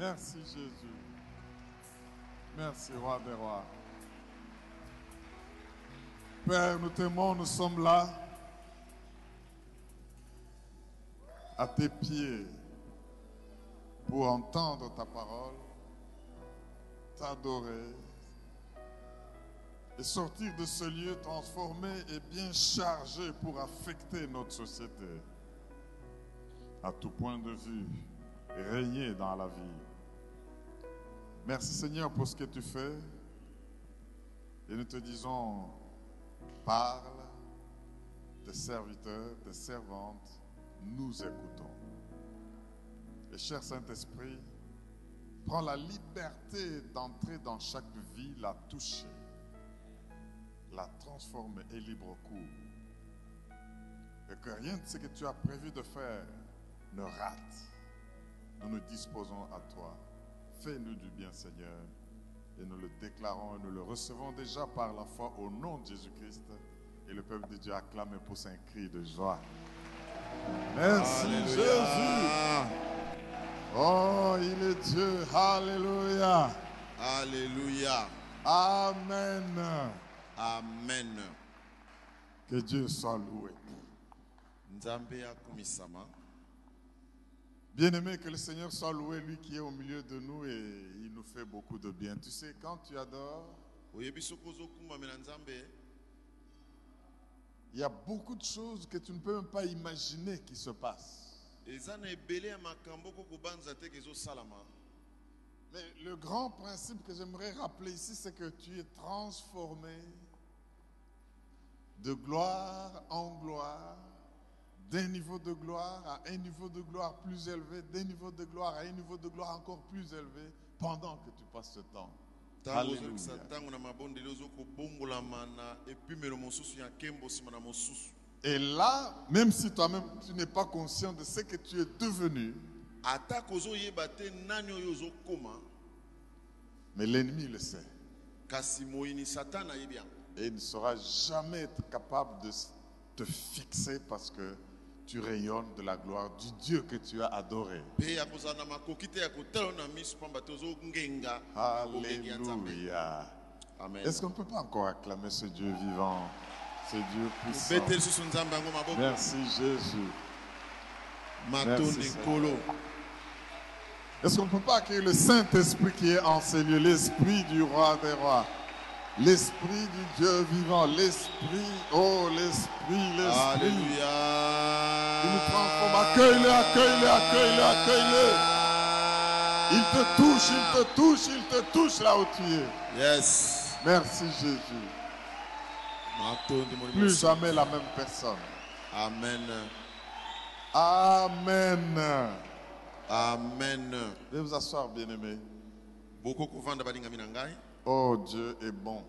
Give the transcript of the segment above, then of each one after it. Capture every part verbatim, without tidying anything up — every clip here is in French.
Merci Jésus. Merci Roi des Rois. Père, nous t'aimons, nous sommes là, à tes pieds, pour entendre ta parole, t'adorer, et sortir de ce lieu transformé et bien chargé pour affecter notre société, à tout point de vue, régner dans la vie. Merci Seigneur pour ce que tu fais, et nous te disons, parle, tes serviteurs, tes servantes, nous écoutons. Et cher Saint-Esprit, prends la liberté d'entrer dans chaque vie, la toucher, la transformer et libre cours. Et que rien de ce que tu as prévu de faire ne rate. Nous nous disposons à toi. Fais-nous du bien, Seigneur. Et nous le déclarons et nous le recevons déjà par la foi au nom de Jésus-Christ. Et le peuple de Dieu acclame et pousse un cri de joie. Merci Alléluia. Jésus. Oh, il est Dieu. Alléluia. Alléluia. Amen. Amen. Que Dieu soit loué. Nzambe akumisama. Bien-aimé, que le Seigneur soit loué, lui qui est au milieu de nous et il nous fait beaucoup de bien. Tu sais, quand tu adores, il y a beaucoup de choses que tu ne peux même pas imaginer qui se passent. Mais le grand principe que j'aimerais rappeler ici, c'est que tu es transformé de gloire en gloire, d'un niveau de gloire à un niveau de gloire plus élevé, d'un niveau de gloire à un niveau de gloire encore plus élevé pendant que tu passes ce temps. Alléluia. Et là, même si toi-même tu n'es pas conscient de ce que tu es devenu, mais l'ennemi le sait. Et il ne saura jamais être capable de te fixer parce que tu rayonnes de la gloire du Dieu que tu as adoré. Alléluia. Amen. Est-ce qu'on ne peut pas encore acclamer ce Dieu vivant, ce Dieu puissant? Merci Jésus. Merci, est-ce qu'on ne peut pas accueillir le Saint-Esprit qui est en ces lieux, l'Esprit du Roi des Rois? L'Esprit du Dieu vivant, l'Esprit, oh l'Esprit, l'Esprit. Alléluia. Il nous transforme. Accueille-le, accueille-le, accueille-le, accueille-le. Il te touche, il te touche, il te touche là où tu es. Yes. Merci Jésus. Plus jamais la même personne. Amen. Amen. Amen. Veuillez vous asseoir, bien-aimés. Oh, Dieu est bon.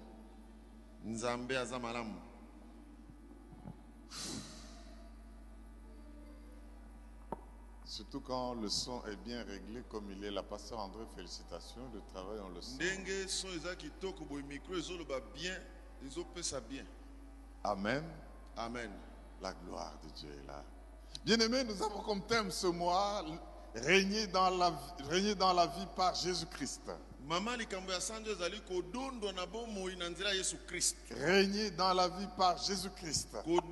Surtout quand le son est bien réglé comme il est. La pasteur André, félicitations. Le travail, on le sent. Amen. Amen. La gloire de Dieu est là. Bien-aimés, nous avons comme thème ce mois régner dans la, régner dans la vie par Jésus-Christ. Régner dans la vie par Jésus-Christ.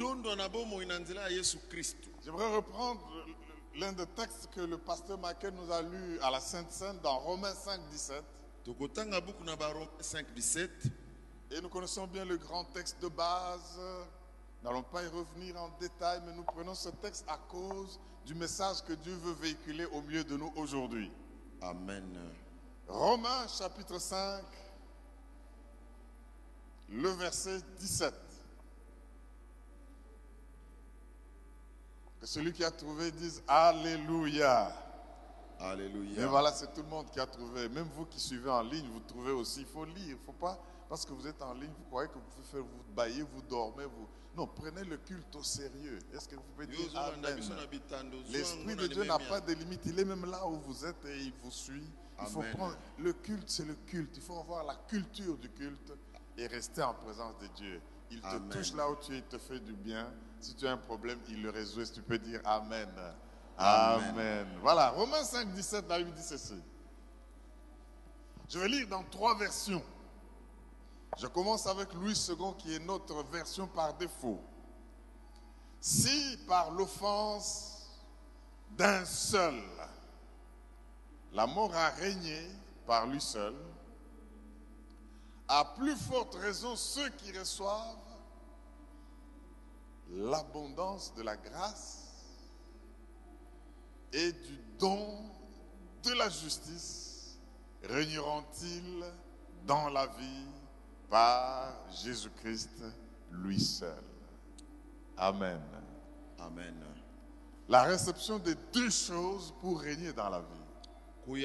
J'aimerais reprendre l'un des textes que le pasteur Michael nous a lu à la Sainte Seine dans Romains cinq, dix-sept. Et nous connaissons bien le grand texte de base. Nous n'allons pas y revenir en détail, mais nous prenons ce texte à cause du message que Dieu veut véhiculer au milieu de nous aujourd'hui. Amen. Romains chapitre cinq, le verset dix-sept. Que celui qui a trouvé dise Alléluia. Alléluia. Et voilà, c'est tout le monde qui a trouvé. Même vous qui suivez en ligne, vous trouvez aussi. Il faut lire. Il ne faut pas, parce que vous êtes en ligne, vous croyez que vous pouvez faire, vous bailler, vous dormez. Vous... Non, prenez le culte au sérieux. Est-ce que vous pouvez dire Amen? L'Esprit de Dieu n'a pas de limite. Il est même là où vous êtes et il vous suit. Il faut Amen. prendre le culte, c'est le culte. Il faut avoir la culture du culte et rester en présence de Dieu. Il te Amen. touche là où tu es, il te fait du bien. Si tu as un problème, il le résout. Si tu peux dire Amen. Amen. Amen. Voilà, Romains cinq, dix-sept, la Bible dit ceci. Je vais lire dans trois versions. Je commence avec Louis second qui est notre version par défaut. Si par l'offense d'un seul, la mort a régné par lui seul, à plus forte raison ceux qui reçoivent l'abondance de la grâce et du don de la justice régneront-ils dans la vie par Jésus-Christ lui seul. Amen. Amen. La réception des deux choses pour régner dans la vie.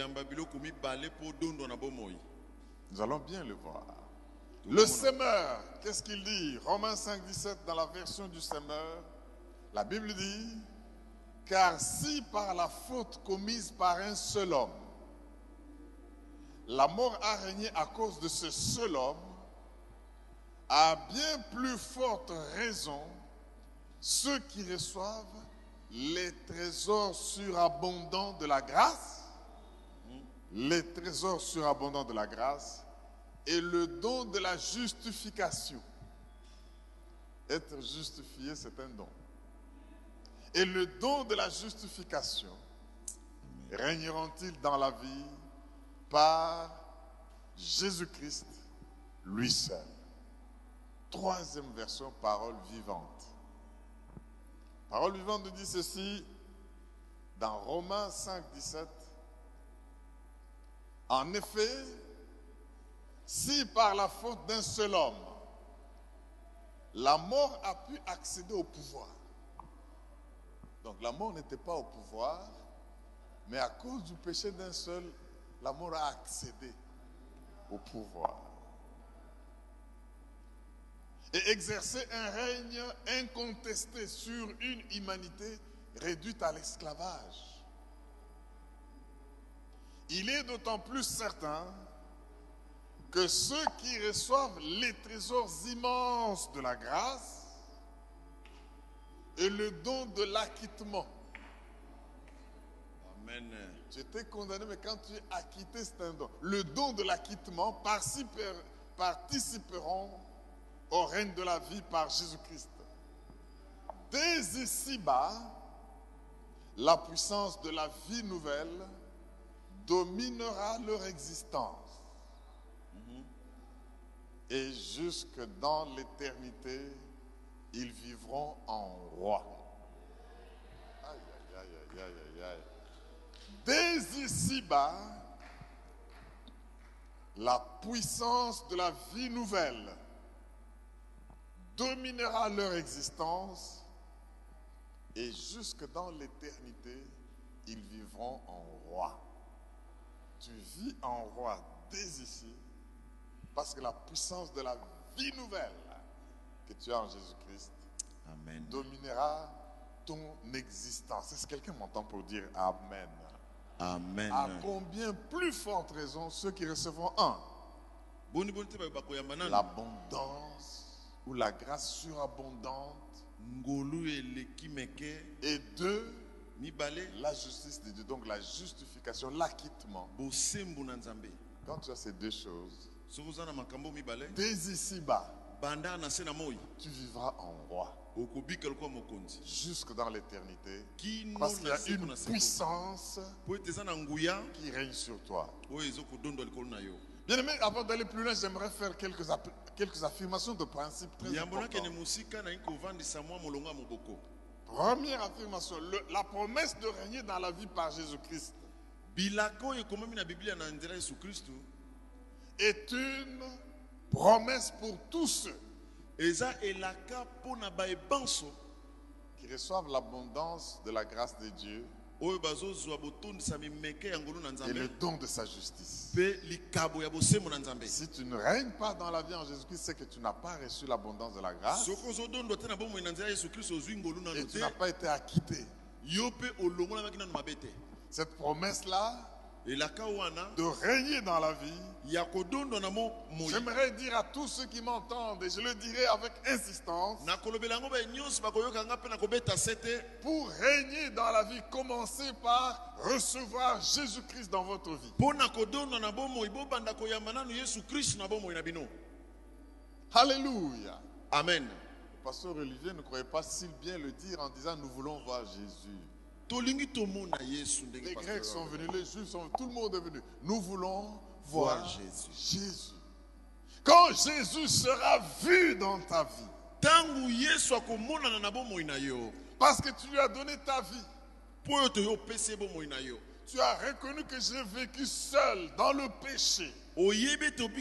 Nous allons bien le voir. Le semeur, qu'est-ce qu'il dit? Romains cinq, dix-sept, dans la version du semeur, la Bible dit, car si par la faute commise par un seul homme, la mort a régné à cause de ce seul homme, à bien plus forte raison, ceux qui reçoivent les trésors surabondants de la grâce, les trésors surabondants de la grâce et le don de la justification. Être justifié, c'est un don. Et le don de la justification régneront-ils dans la vie par Jésus-Christ, lui seul. Troisième version, parole vivante. Parole vivante nous dit ceci dans Romains cinq, dix-sept. En effet, si par la faute d'un seul homme, la mort a pu accéder au pouvoir. Donc la mort n'était pas au pouvoir, mais à cause du péché d'un seul, la mort a accédé au pouvoir. Et exercer un règne incontesté sur une humanité réduite à l'esclavage. Il est d'autant plus certain que ceux qui reçoivent les trésors immenses de la grâce et le don de l'acquittement. Amen. Tu étais condamné, mais quand tu es acquitté, c'est un don. Le don de l'acquittement participeront au règne de la vie par Jésus-Christ. Dès ici-bas, la puissance de la vie nouvelle dominera leur existence. Mm-hmm. Et jusque dans l'éternité, ils vivront en roi. Aïe, aïe, aïe, aïe, aïe, aïe. Dès ici-bas, la puissance de la vie nouvelle dominera leur existence et jusque dans l'éternité, ils vivront en roi. Tu vis en roi dès ici parce que la puissance de la vie nouvelle que tu as en Jésus-Christ Amen. Dominera ton existence. Est-ce que quelqu'un m'entend pour dire Amen? Amen. À combien plus forte raison ceux qui recevront un, l'abondance ou la grâce surabondante, et deux, la justice de Dieu, donc la justification, l'acquittement. Quand tu as ces deux choses, dès ici-bas, tu vivras en roi jusque dans l'éternité, parce qu'il y a une puissance qui règne sur toi. Bien aimé, avant d'aller plus loin, j'aimerais faire quelques, quelques affirmations de principe très importantes. Première affirmation, le, la promesse de régner dans la vie par Jésus-Christ est une promesse pour tous ceux qui reçoivent l'abondance de la grâce de Dieu et le don de sa justice. Si tu ne règnes pas dans la vie en Jésus-Christ, c'est que tu n'as pas reçu l'abondance de la grâce et tu n'as pas été acquitté. Cette promesse-là de régner dans la vie. J'aimerais dire à tous ceux qui m'entendent, et je le dirai avec insistance, pour régner dans la vie, commencez par recevoir Jésus-Christ dans votre vie. Alléluia. Amen. Le pasteur Olivier ne croyait pas si bien le dire en disant nous voulons voir Jésus. Les Grecs sont venus, les Juifs sont venus, tout le monde est venu. Nous voulons voir, voir Jésus. Jésus. Quand Jésus sera vu dans ta vie, parce que tu lui as donné ta vie, tu as reconnu que j'ai vécu seul dans le péché. Et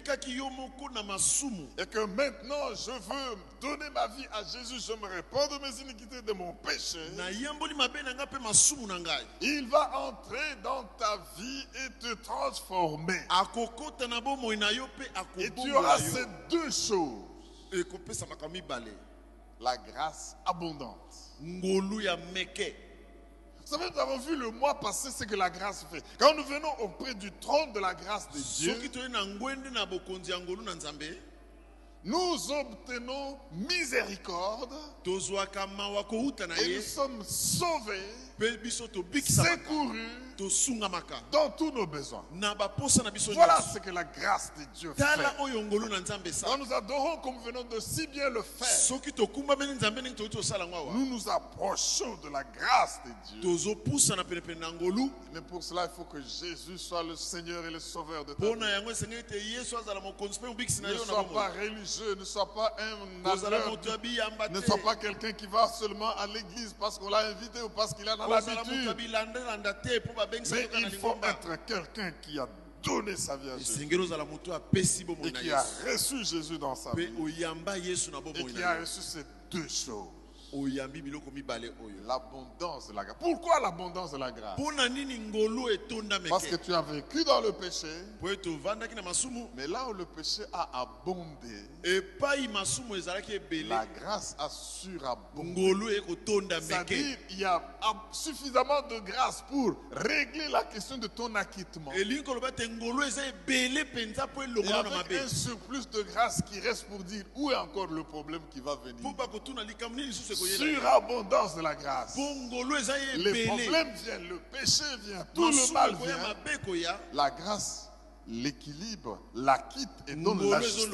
que maintenant je veux donner ma vie à Jésus, je me répands de mes iniquités, de mon péché. Il va entrer dans ta vie et te transformer. Et tu auras ces deux choses. La grâce abondante. Vous savez, nous avons vu le mois passé ce que la grâce fait. Quand nous venons auprès du trône de la grâce de Dieu, nous obtenons miséricorde et nous sommes sauvés, secourus dans tous nos besoins. Voilà ce que la grâce de Dieu fait. Quand nous adorons comme nous venons de si bien le faire, nous nous approchons de la grâce de Dieu. Mais pour cela, il faut que Jésus soit le Seigneur et le Sauveur de ta vie. Ne sois pas religieux, ne sois pas un adeur, ne sois pas quelqu'un qui va seulement à l'église parce qu'on l'a invité ou parce qu'il a dans l'habitude. Mais il faut être quelqu'un qui a donné sa vie à Jésus et qui a reçu Jésus dans sa vie et qui a reçu ces deux choses. L'abondance de la grâce. Pourquoi l'abondance de la grâce? Parce que tu as vécu dans le péché, mais là où le péché a abondé, la grâce a surabondé. C'est-à-dire qu'il y a suffisamment de grâce pour régler la question de ton acquittement. Et avec un surplus de grâce qui reste pour dire où est encore le problème qui va venir. Surabondance de la grâce. Les problèmes viennent, le péché vient, tout le mal vient. La grâce l'équilibre, l'acquitte et donne la justice.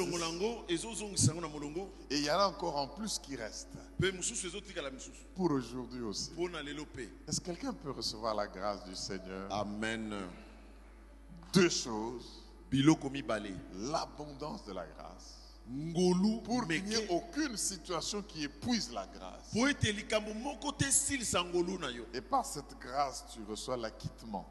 Et il y en a encore en plus qui reste. Pour aujourd'hui aussi. Est-ce que quelqu'un peut recevoir la grâce du Seigneur? Amen. Deux choses. L'abondance de la grâce. Pour qu'il n'y ait aucune situation qui épuise la grâce. Et par cette grâce, tu reçois l'acquittement.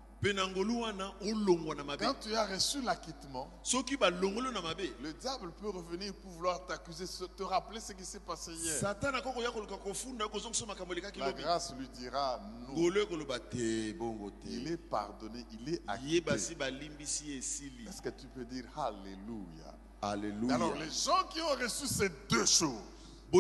Quand tu as reçu l'acquittement, le diable peut revenir pour vouloir t'accuser, te rappeler ce qui s'est passé hier. La grâce lui dira non. Il est pardonné, il est acquitté. Est-ce que tu peux dire Alléluia? Alléluia. Alors les gens qui ont reçu ces deux choses, ils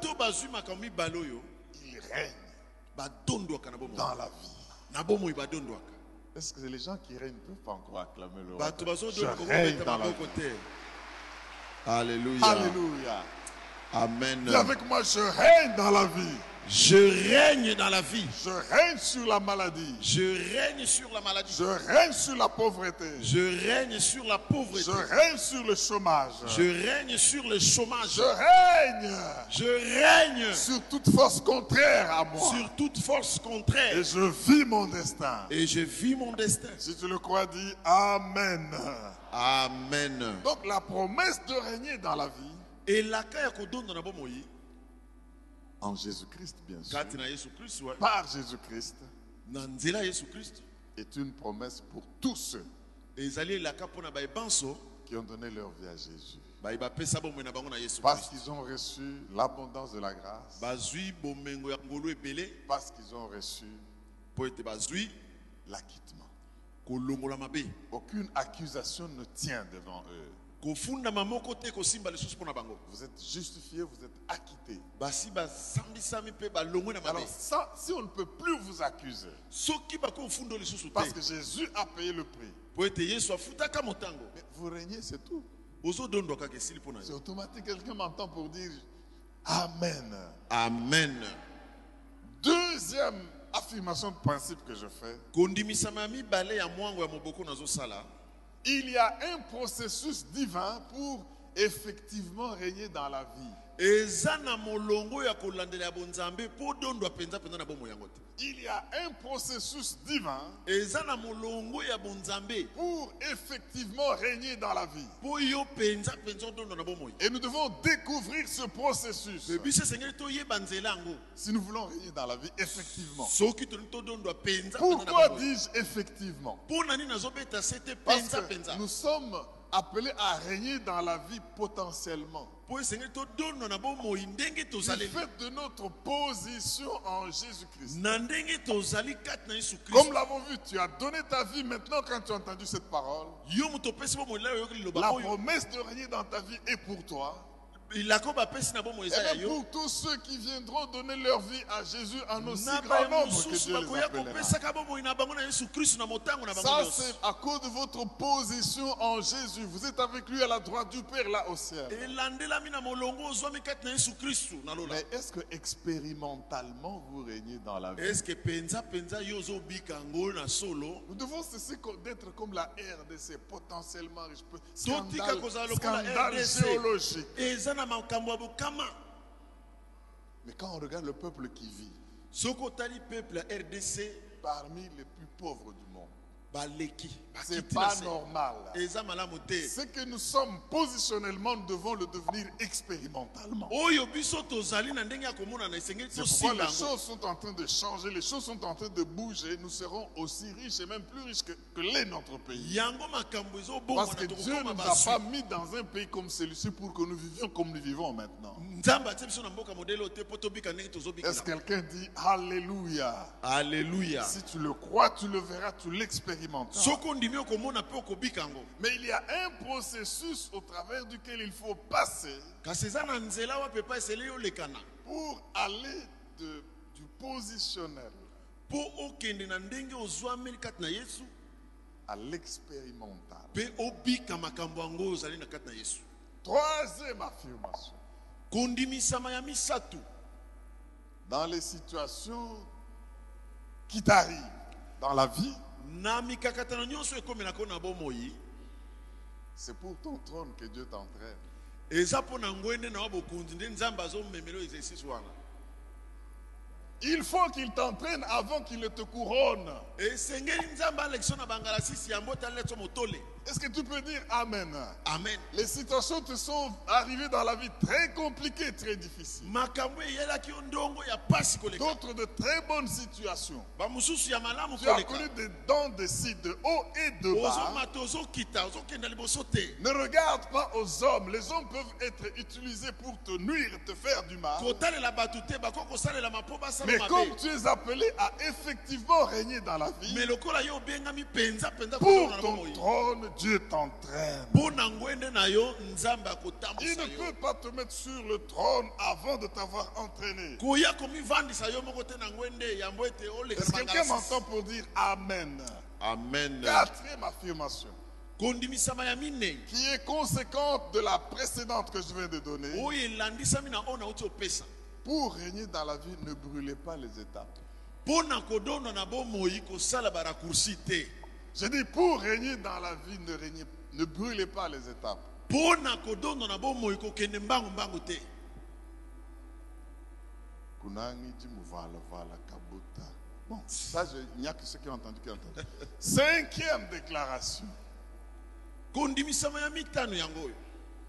règnent dans la vie. Est-ce que les gens qui règnent ne peuvent pas encore acclamer le roi? Je règne dans la vie. Alléluia. Alléluia. Amen. Dis avec moi, je règne dans la vie. Je règne dans la vie. Je règne sur la maladie. Je règne sur la maladie. Je règne sur la pauvreté. Je règne sur la pauvreté. Je règne sur le chômage. Je règne sur le chômage. Je règne. Je règne sur toute force contraire à moi. Sur toute force contraire. Et je vis mon destin. Et je vis mon destin. Si tu le crois, dis Amen. Amen. Donc la promesse de régner dans la vie. Et la kaya kodonda na bomoyi. En Jésus-Christ, bien sûr. Par Jésus-Christ. Est une promesse pour tous ceux qui ont donné leur vie à Jésus. Parce qu'ils ont reçu l'abondance de la grâce. Parce qu'ils ont reçu l'acquittement. Aucune accusation ne tient devant eux. kofunda mamoko te kosimba lisusu mpona bango. Vous êtes justifié, vous êtes acquitté. Basi basambisami pe balongwe na Alors mabe. ça, si on ne peut plus vous accuser, Soki bakofundo lisusu parce que te. Jésus a payé le prix, Po ete Yesu afutaka motango. mais vous régnez, c'est tout. Ozo dondo kaka esili mpona C'est yo. automatique, quelqu'un m'entend pour dire Amen. Amen. Deuxième affirmation de principe que je fais, Kondimisama mibale ya mwango ya moboko nazosala. il y a un processus divin pour effectivement régner dans la vie. Eza na molongo ya kolandela ya bonzambe po dondo apenza penza na bomo yango te. Il y a un processus divin Eza na molongo ya bonzambe pour effectivement régner dans la vie. po yo penza penza dondo na bomo. Et nous devons découvrir ce processus Me bise sengeli to yeba nzela ngo. si nous voulons régner dans la vie, effectivement. Soki to to dondo penza penza na Pourquoi bomo. dis-je effectivement? Po nani nazobeta sete Parce penza que penza. nous sommes appelés à régner dans la vie potentiellement. Po sengeli to dondo na bomo ndenge Du tozali. fait de notre position en Jésus-Christ. Na ndenge tozali kat na Yesu Comme Christ. l'avons vu, tu as donné ta vie maintenant quand tu as entendu cette parole. Yo muto pesi bomo la yo liloba La oyo. promesse de régner dans ta vie est pour toi. Ilako ba pesi na bomo Et eza ya même yo. pour tous ceux qui viendront donner leur vie à Jésus en aussi Na grand ba nombre que mususu Dieu les bakoya appellera. kopesaka bomo ina bango na Yesu Christ na motango na bango Ça, nyonso. c'est à cause de votre position en Jésus. Vous êtes avec lui à la droite du Père, là au ciel. Elandelami na molongo ozwami kati na Yesu Kristu na lola. Mais est-ce que expérimentalement vous régnez dans la vie? Est-ce que penza penza yo ozobika ngo na solo? Nous devons cesser d'être comme la R D C, potentiellement riche. Totika Scandale, kozala lokola scandale R D C. géologique. Eza na makambo ya bokama. Mais quand on regarde le peuple qui vit Soko tali peuple ya R D C parmi les plus pauvres du monde, baleki. c'est bakiti na pas se. normal. Eza malamu te. Ce que nous sommes positionnellement, nous devons le devenir expérimentalement. Oyo biso tozali na ndenge ya komona na esengeli C'est pourquoi tosimba les yango. choses sont en train de changer, les choses sont en train de bouger. Nous serons aussi riches et même plus riches que, que l'est notre pays. Yango makambo ezobonga Parce na que Dieu ne tokokoma nous a basu. pas mis dans un pays comme celui-ci pour que nous vivions comme nous vivons maintenant. Nzambe atie biso na mboka modele oyo te po tobika ndenge tozobika. Est-ce que quelqu'un dit Alléluia? Alléluia. Si tu le crois, tu le verras, tu l'expérimenteras. Soko ndimi okomona pe okobika yango. Mais il y a un processus au travers duquel il faut passer Kasi eza na nzela wapi epai eseli yolekana pour aller de- du positionnel mpo okende na ndenge ozwameli kati na Yesu à l'expérimental. mpe obika makambo yango oyo ozali na kati na Yesu. Troisième affirmation. Kondimisama ya misato Dans les situations qui t'arrivent dans la vie, na mikakatano nyonso ekomelaka na bomoi c'est pour ton trône que Dieu t'entraîne. eza mpo na ngwende na wa bokonzi nde nzambe azomemela exercice wana. Il faut qu'il t'entraîne avant qu'il ne te couronne. esengeli nzambe alekisio na bangala sisi yango taletso motole. Est-ce que tu peux dire Amen? Amen. Les situations te sont arrivées dans la vie très compliquées, très difficiles. makambo eyelaki yo ndongo ya pasi koleka. D'autres de très bonnes situations. bamosusu ya malamu Tu as koleka. connu des dents de ci, de haut et de bas. ozomata ozokita ozokenda liboso te. Ne regarde pas aux hommes. Les hommes peuvent être utilisés pour te nuire, te faire du mal. kotalela bato te bakoki kosalelama mpo basala Mais comme mabe. tu es appelé à effectivement régner dans la vie, me lokola yo obengami mpenza mpenza pour kodonga na ton bomoi. trône, Dieu t'entraîne. mpo na ngwende na yo nzambe Il akotambusa ne yo. peut pas te mettre sur le trône avant de t'avoir entraîné. koya komivandisa yo moko te na ngwende yambo ete oleka Est-ce na que quelqu'un bangala sisi. m'entend pour dire Amen? Amen. Quatrième affirmation, kondimisama ya minei qui est conséquente de la précédente que je viens de donner. oyo elandisami na oyo nauti opesa. Pour régner dans la vie, ne brûlez pas les étapes. mpo na kodonda na bomoi kosala barakursi te. Je dis, pour régner dans la vie, ne, régnez- ne brûlez pas les étapes. mpo na kodonda na bomoi kokende mbangu mbangu te. Kunangi Jimuvala Vala Kabuta. Bon, ça, je- il n'y a que ceux qui ont entendu qui ont entendu. Cinquième déclaration. kondimisama ya mitano yango oyo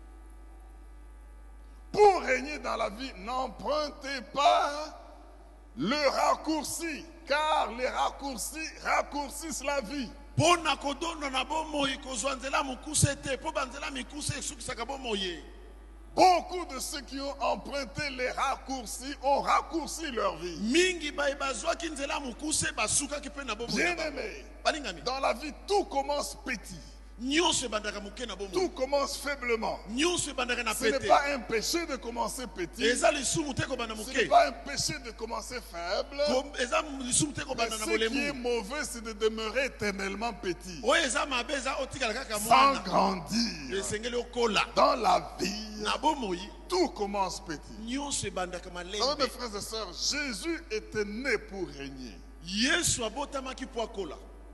Pour régner dans la vie, n'empruntez pas le raccourci, car les raccourcis raccourcissent la vie. mpo na kodonda na bomoi kozwa nzela mokuse te mpo banzela mikuse esukisaka bomoi. Beaucoup de ceux qui ont emprunté les raccourcis ont raccourci leur vie. mingi baye bazwaki nzela mokuse basukaki mpe na bomoi na bango. Bien-aimés, balingami dans la vie, tout commence petit. nyonso ebandaka moke na bomoi. Tout commence faiblement. Nyonso ebandaka na Ce n'est pete. pas un péché de commencer petit. Eza lisumu te kobanda Ce n'est moke. pas un péché de commencer faible. Kom- Eza lisumu te Mais kobanda na ce qui est bolemu. mauvais, c'est de demeurer éternellement petit. Oyo eza mabe eza otikala kaka Sans mwana. grandir. Esengeli okola. Dans la vie, Na bomoi tout commence petit. nyonso ebandaka Vous savez, malembe. mes frères et sœurs, Jésus était né pour régner. Yesu abotamaki po akola.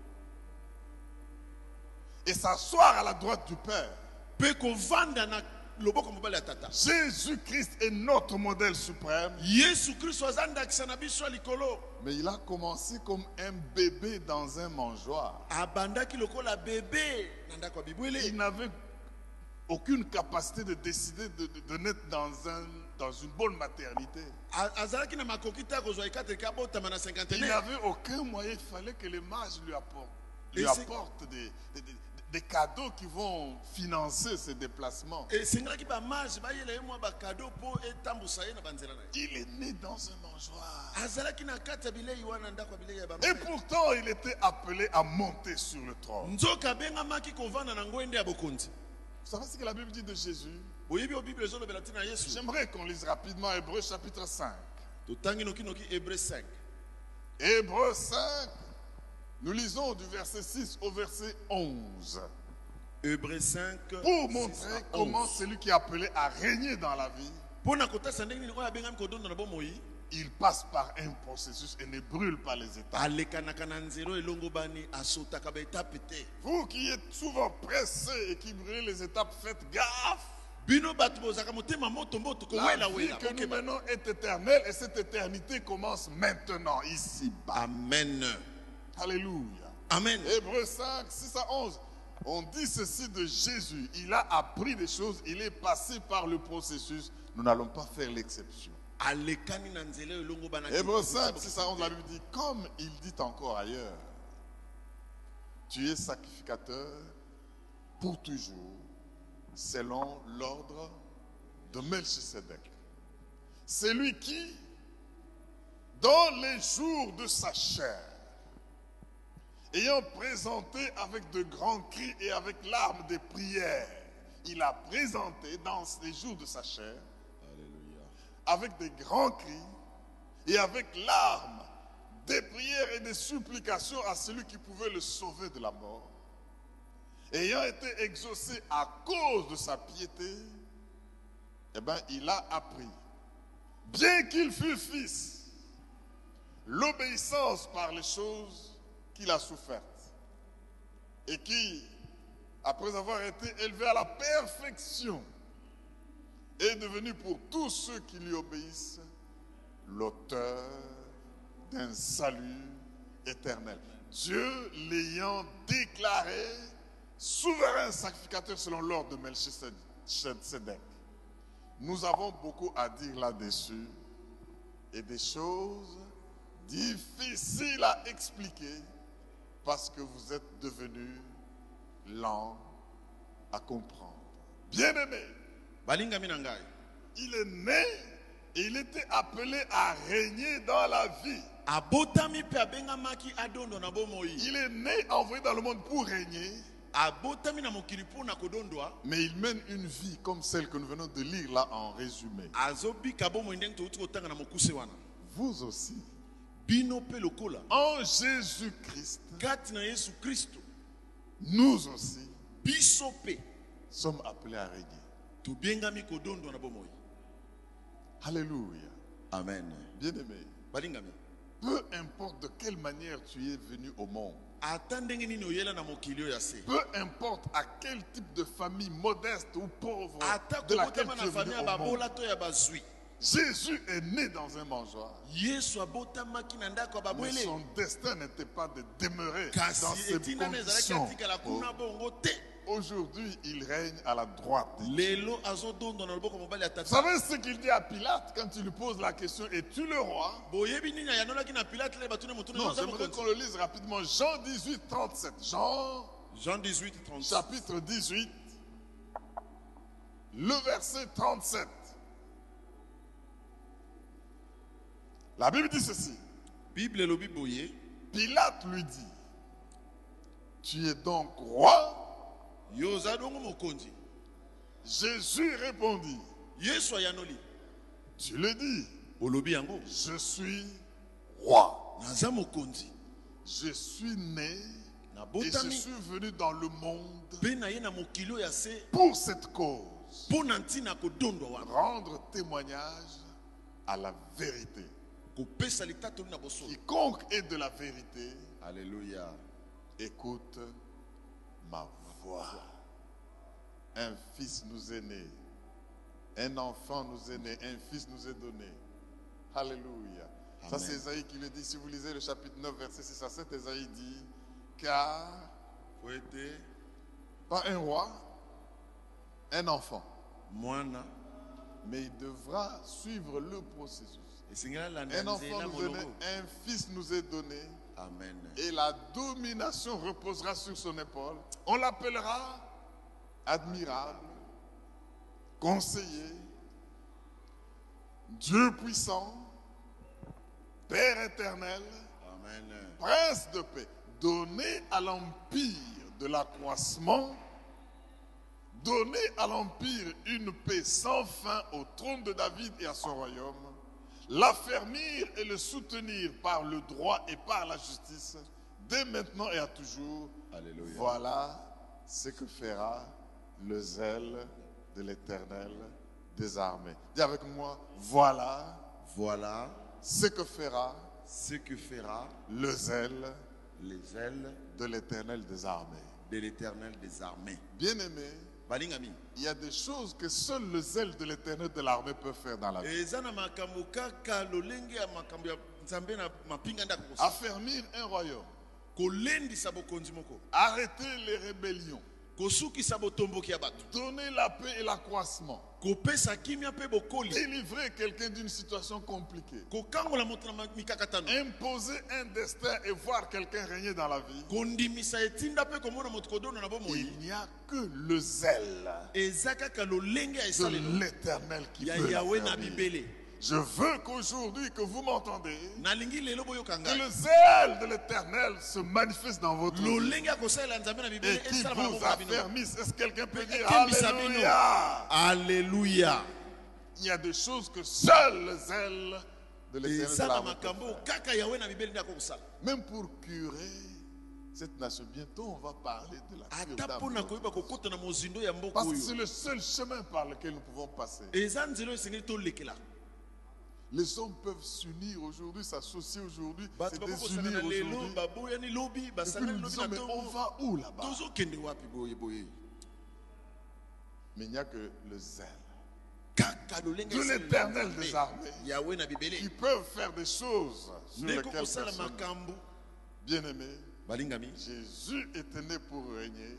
Et s'asseoir à la droite du Père. Pe kovanda na loboko mobali ya tata. Jésus-Christ est notre modèle suprême. Yesu Kristo aza ndakisa na biso ya likolo. Mais il a commencé comme un bébé dans un mangeoire. Abandaki lokola bébé na ndako ya bibwele. Il n'avait aucune capacité de décider de, de, de naître dans, un, dans une bonne maternité. A- azalaki na makoki te akozwa ekateli abotama na Il cinquantenaire. n'avait aucun moyen. Il fallait que les mages lui apportent, lui Et c'est- apportent des, des, des- des cadeaux qui vont financer ses déplacements. esengelaki bamage bayela ye mwa bakado mpo etambusa ye na banzela na ye. Il est né dans un mangeoire. azalaki na kati ya bilei wana ndako ya bilei ya Et bamama. pourtant, il était appelé à monter sur le trône. nzoka abengamaki kovanda na ngwende ya bokonzi. Vous savez ce que la Bible dit de Jésus? boyebi o bible ezolobela ntina yesu. J'aimerais qu'on lise rapidement Hébreux chapitre cinq. totangi nokinoki hébreu cinq. Hébreux cinq, nous lisons du verset six au verset onze. hébreu cinq. Pour montrer comment celui qui est appelé à régner dans la vie, mpo na kotasa ndenge nini oyo abengami kodonda na bomoi il passe par un processus et ne brûle pas les étapes. alekanaka na nzelo elongo bani asotaka baetape te. Vous qui êtes souvent pressés et qui brûlez les étapes, faites gaffe. bino bato bozalaka motema moto mboto La vie kowelawela. que nous menons est éternelle et cette éternité commence maintenant, ici-bas. amen. Alléluia. amen. Hébreux cinq, six à onze. On dit ceci de Jésus. Il a appris des choses, il est passé par le processus. Nous n'allons pas faire l'exception. alekani na nzela elongo bana. Hébreux cinq, six à onze, la Bible dit, comme il dit encore ailleurs, tu es sacrificateur pour toujours, selon l'ordre de Melchisedec. C'est lui qui, dans les jours de sa chair, ayant présenté avec de grands cris et avec larmes des prières, il a présenté dans les jours de sa chair, avec des grands cris et avec larmes, des prières et des supplications à celui qui pouvait le sauver de la mort. Ayant été exaucé à cause de sa piété, eh bien, il a appris, bien qu'il fût fils, l'obéissance par les choses qu'il a souffertes et qui, après avoir été élevé à la perfection, est devenu pour tous ceux qui lui obéissent l'auteur d'un salut éternel. Dieu l'ayant déclaré souverain sacrificateur selon l'ordre de Melchisedec. Nous avons beaucoup à dire là-dessus et des choses difficiles à expliquer parce que vous êtes devenus lents à comprendre. Bien-aimés, balingami na ngai. il est né et il était appelé à régner dans la vie. abotami mpe abengamaki adondo na bomoi. Il est né, envoyé dans le monde pour régner, abotami na mokili mpo na kodondwa. mais il mène une vie comme celle que nous venons de lire là en résumé. azobika bomoi ndenge touti kotanga na mokuse wana. Vous aussi, bino mpe lokola en Jésus-Christ, kati na yesu kristo nous aussi biso mpe sommes appelés à régner. tobengami kodondwa na bomoi. Alléluia. amen. Bien-aimé, balingami peu importe de quelle manière tu es venu au monde, ata ndenge nini oyela na mokili oyo ya se, peu importe à quel type de famille modeste ou pauvre ata de laquelle kobotama tu es na venu famille ya au monde, babola to ya bazwi, Jésus est né dans un mangeoire. yesu abotamaki na ndako ya Mais babwele. son destin n'était pas de demeurer dans kasi ces etina na ezalaki conditions. atikala kuna bongo te. Aujourd'hui, il règne à la droite de Dieu. lelo azodondwa na loboko mobali ya Vous tata. savez ce qu'il dit à Pilate quand il lui pose la question, es-tu le roi? boyebi nini ayanolaki na pilate le batune motuna Non, oza j'aimerais qu'on mokonzi. le lise rapidement. Jean dix-huit, trente-sept. Jean Jean dix-huit, trente. chapitre dix-huit, le verset trente-sept. La Bible dit ceci. bible elobi boye. Pilate lui dit, tu es donc roi? Jésus répondit, tu le dis, je suis roi. Je suis né et je suis venu dans le monde pour cette cause, rendre témoignage à la vérité. Quiconque est de la vérité, alléluia, écoute ma voix. Un fils nous est né, un enfant nous est né, un fils nous est donné. Alléluia. Amen. Ça c'est Ésaïe qui le dit. Si vous lisez le chapitre neuf, verset six à sept, Ésaïe dit, car pas un roi, un enfant, mais il devra suivre le processus. Un enfant nous est né, un fils nous est donné. Amen. Et la domination reposera sur son épaule. On l'appellera admirable, conseiller, Dieu puissant, Père éternel, amen, prince de paix. Donné à l'empire de l'accroissement, donné à l'empire une paix sans fin au trône de David et à son royaume, l'affermir et le soutenir par le droit et par la justice, dès maintenant et à toujours. Alléluia. Voilà ce que fera le zèle de l'Éternel des armées. Dis avec moi, voilà, voilà ce que fera, ce que fera le zèle, les zèles de l'Éternel des armées. De l'Éternel des armées. Bien-aimé, il y a des choses que seul le zèle de l'Éternel de l'armée peut faire dans la vie. Affermir un royaume. Arrêter les rébellions. Donner la paix et l'accroissement. Délivrer quelqu'un d'une situation compliquée. Imposer un destin et voir quelqu'un régner dans la vie. Il n'y a que le zèle de l'Éternel qui peut le. Je veux qu'aujourd'hui que vous m'entendez, que le zèle de l'Éternel se manifeste dans votre vie et qu'il vous affermisse. Est-ce que quelqu'un peut dire Alléluia? Alléluia. Il y a des choses que seul le zèle de l'Éternel peut faire. Même pour curer cette nation, bientôt on va parler de la cure d'âme. Parce que c'est le seul chemin par lequel nous pouvons passer. Les hommes peuvent s'unir aujourd'hui, s'associer aujourd'hui, se désunir aujourd'hui. Et puis nous disons, mais on va où là-bas? Mais il n'y a que le zèle de l'Éternel des armées qui peuvent faire des choses sur lesquelles personne. Bien-aimé, Jésus était né pour régner.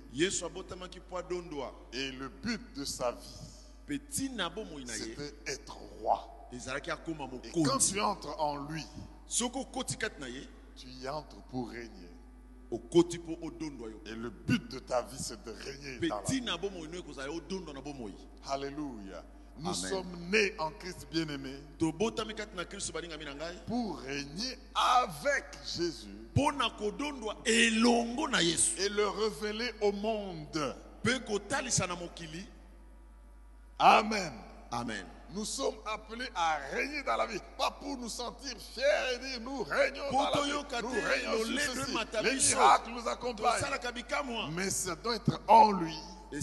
Et le but de sa vie, c'était être roi. Et quand tu entres en lui, tu y entres pour régner. Et le but de ta vie, c'est de régner dans la vie. Alléluia. Nous Amen. Sommes nés en Christ bien-aimé pour régner avec Jésus et le révéler au monde. Amen. Amen. Nous sommes appelés à régner dans la vie, pas pour nous sentir fiers et dire nous régnons dans la vie, nous régnons sur ceci. Les miracles nous accompagnent, mais ça doit être en lui et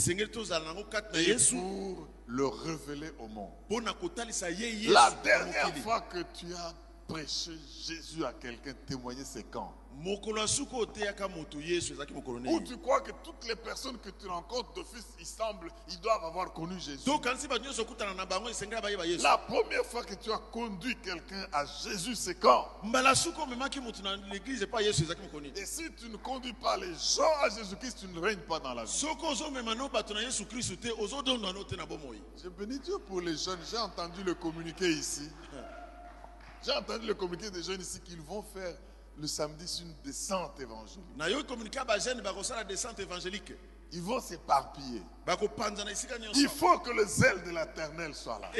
pour le révéler au monde. La dernière fois que tu as prêché Jésus à quelqu'un, témoigner, c'est quand? Ou tu crois que toutes les personnes que tu rencontres d'office, ils semblent, ils doivent avoir connu Jésus. La première fois que tu as conduit quelqu'un à Jésus, c'est quand? Et si tu ne conduis pas les gens à Jésus-Christ, tu ne règnes pas dans la vie. Je bénis Dieu pour les jeunes. J'ai entendu le communiqué ici. J'ai entendu le communiqué des jeunes ici qu'ils vont faire le samedi sur une descente évangélique. Ils vont s'éparpiller. Il faut que le zèle de l'Éternel soit là.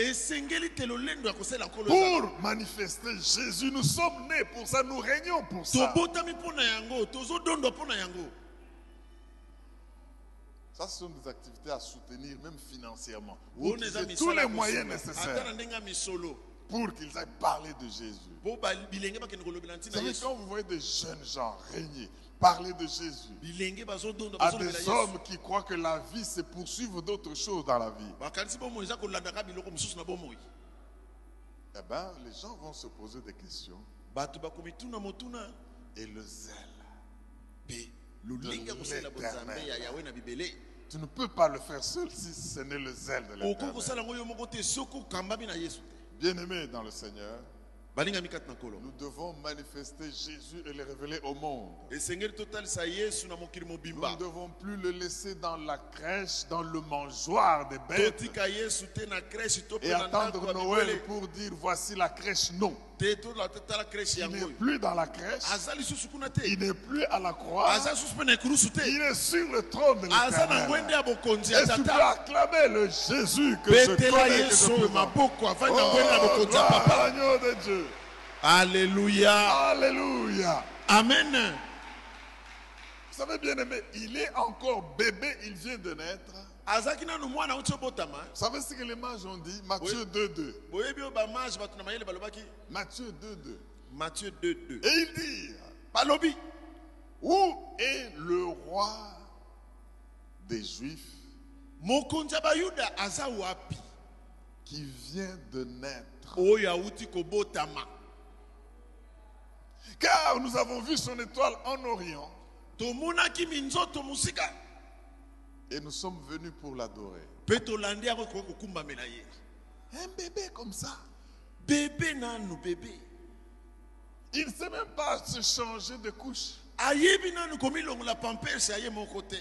Pour manifester Jésus, nous sommes nés pour ça, nous régnons pour ça. Ça, ce sont des activités à soutenir, même financièrement. On Vous est utilisez amis, tous ça, les la moyens misolo. nécessaires Attends, ndenga misolo. pour qu'ils aillent parler de Jésus. Bo ba bilenge ba kende kolobela Vous ntina savez, Yesu. quand vous voyez des jeunes gens régner, parler de Jésus, Bilenge bazodonda à bazolobela des Yesu. hommes qui croient que la vie, c'est poursuivre d'autres choses dans la vie, Bakanisi bomo eza kolandaka biloko mosusu na bomo. eh bien, les gens vont se poser des questions. Bato bakomituna motuna Et le zèle. be lulinga kosala bonzambe ya Yahweh na bibele. Tu ne peux pas le faire seul si ce n'est le zèle de Oko l'Éternel. kosala ngoyo moko te soko kambami na Yesu. Bien-aimés dans le Seigneur, Balinga mikati na kolo. nous devons manifester Jésus et le révéler au monde. Esengeli total sa Yesu na mokili Nous mobimba. ne devons plus le laisser dans la crèche, dans le mangeoire des bêtes Totika Yesu te na crèche to et pe na ndako attendre ya Noël bibele. pour dire voici la crèche. Non, Te to la tala crèche il n'est yango. plus dans la crèche, Azali susu kuna te. il n'est plus à la croix, Aza susu pe na kurusu te. il est sur le trône de Aza na ngwende l'Éternel. ya bokonzi ya Et tu peux tata. acclamer le Jésus que je Betela connais, que je Yesu présente. maboko afanya na Oh, ngwende ya bokonzi ya gloire à papa. l'agneau de Dieu. Alléluia. Alléluia. Amen. Vous savez, bien aimé, il est encore bébé, il vient de naître. Azaki nanu mwana uti obotama. Vous savez ce que les mages ont dit? Matthieu Oui. deux deux. Boyebi o bamage bato na mayele balobaki. Matthieu deux deux. Matthieu deux deux. Et il dit, Balobi. où est le roi des Juifs Mokonzi ya bayuda aza wapi? qui vient de naître? Oyo auti kobotama. Car nous avons vu son étoile en Orient Tomonaki minzoto musika. et nous sommes venus pour l'adorer. Pe tolandi yango kokumbamela ye. Un bébé comme ça, Bébé nanu bébé. il ne sait même pas se changer de couche. Ayebi nanu komilongola pampers aye mon côté.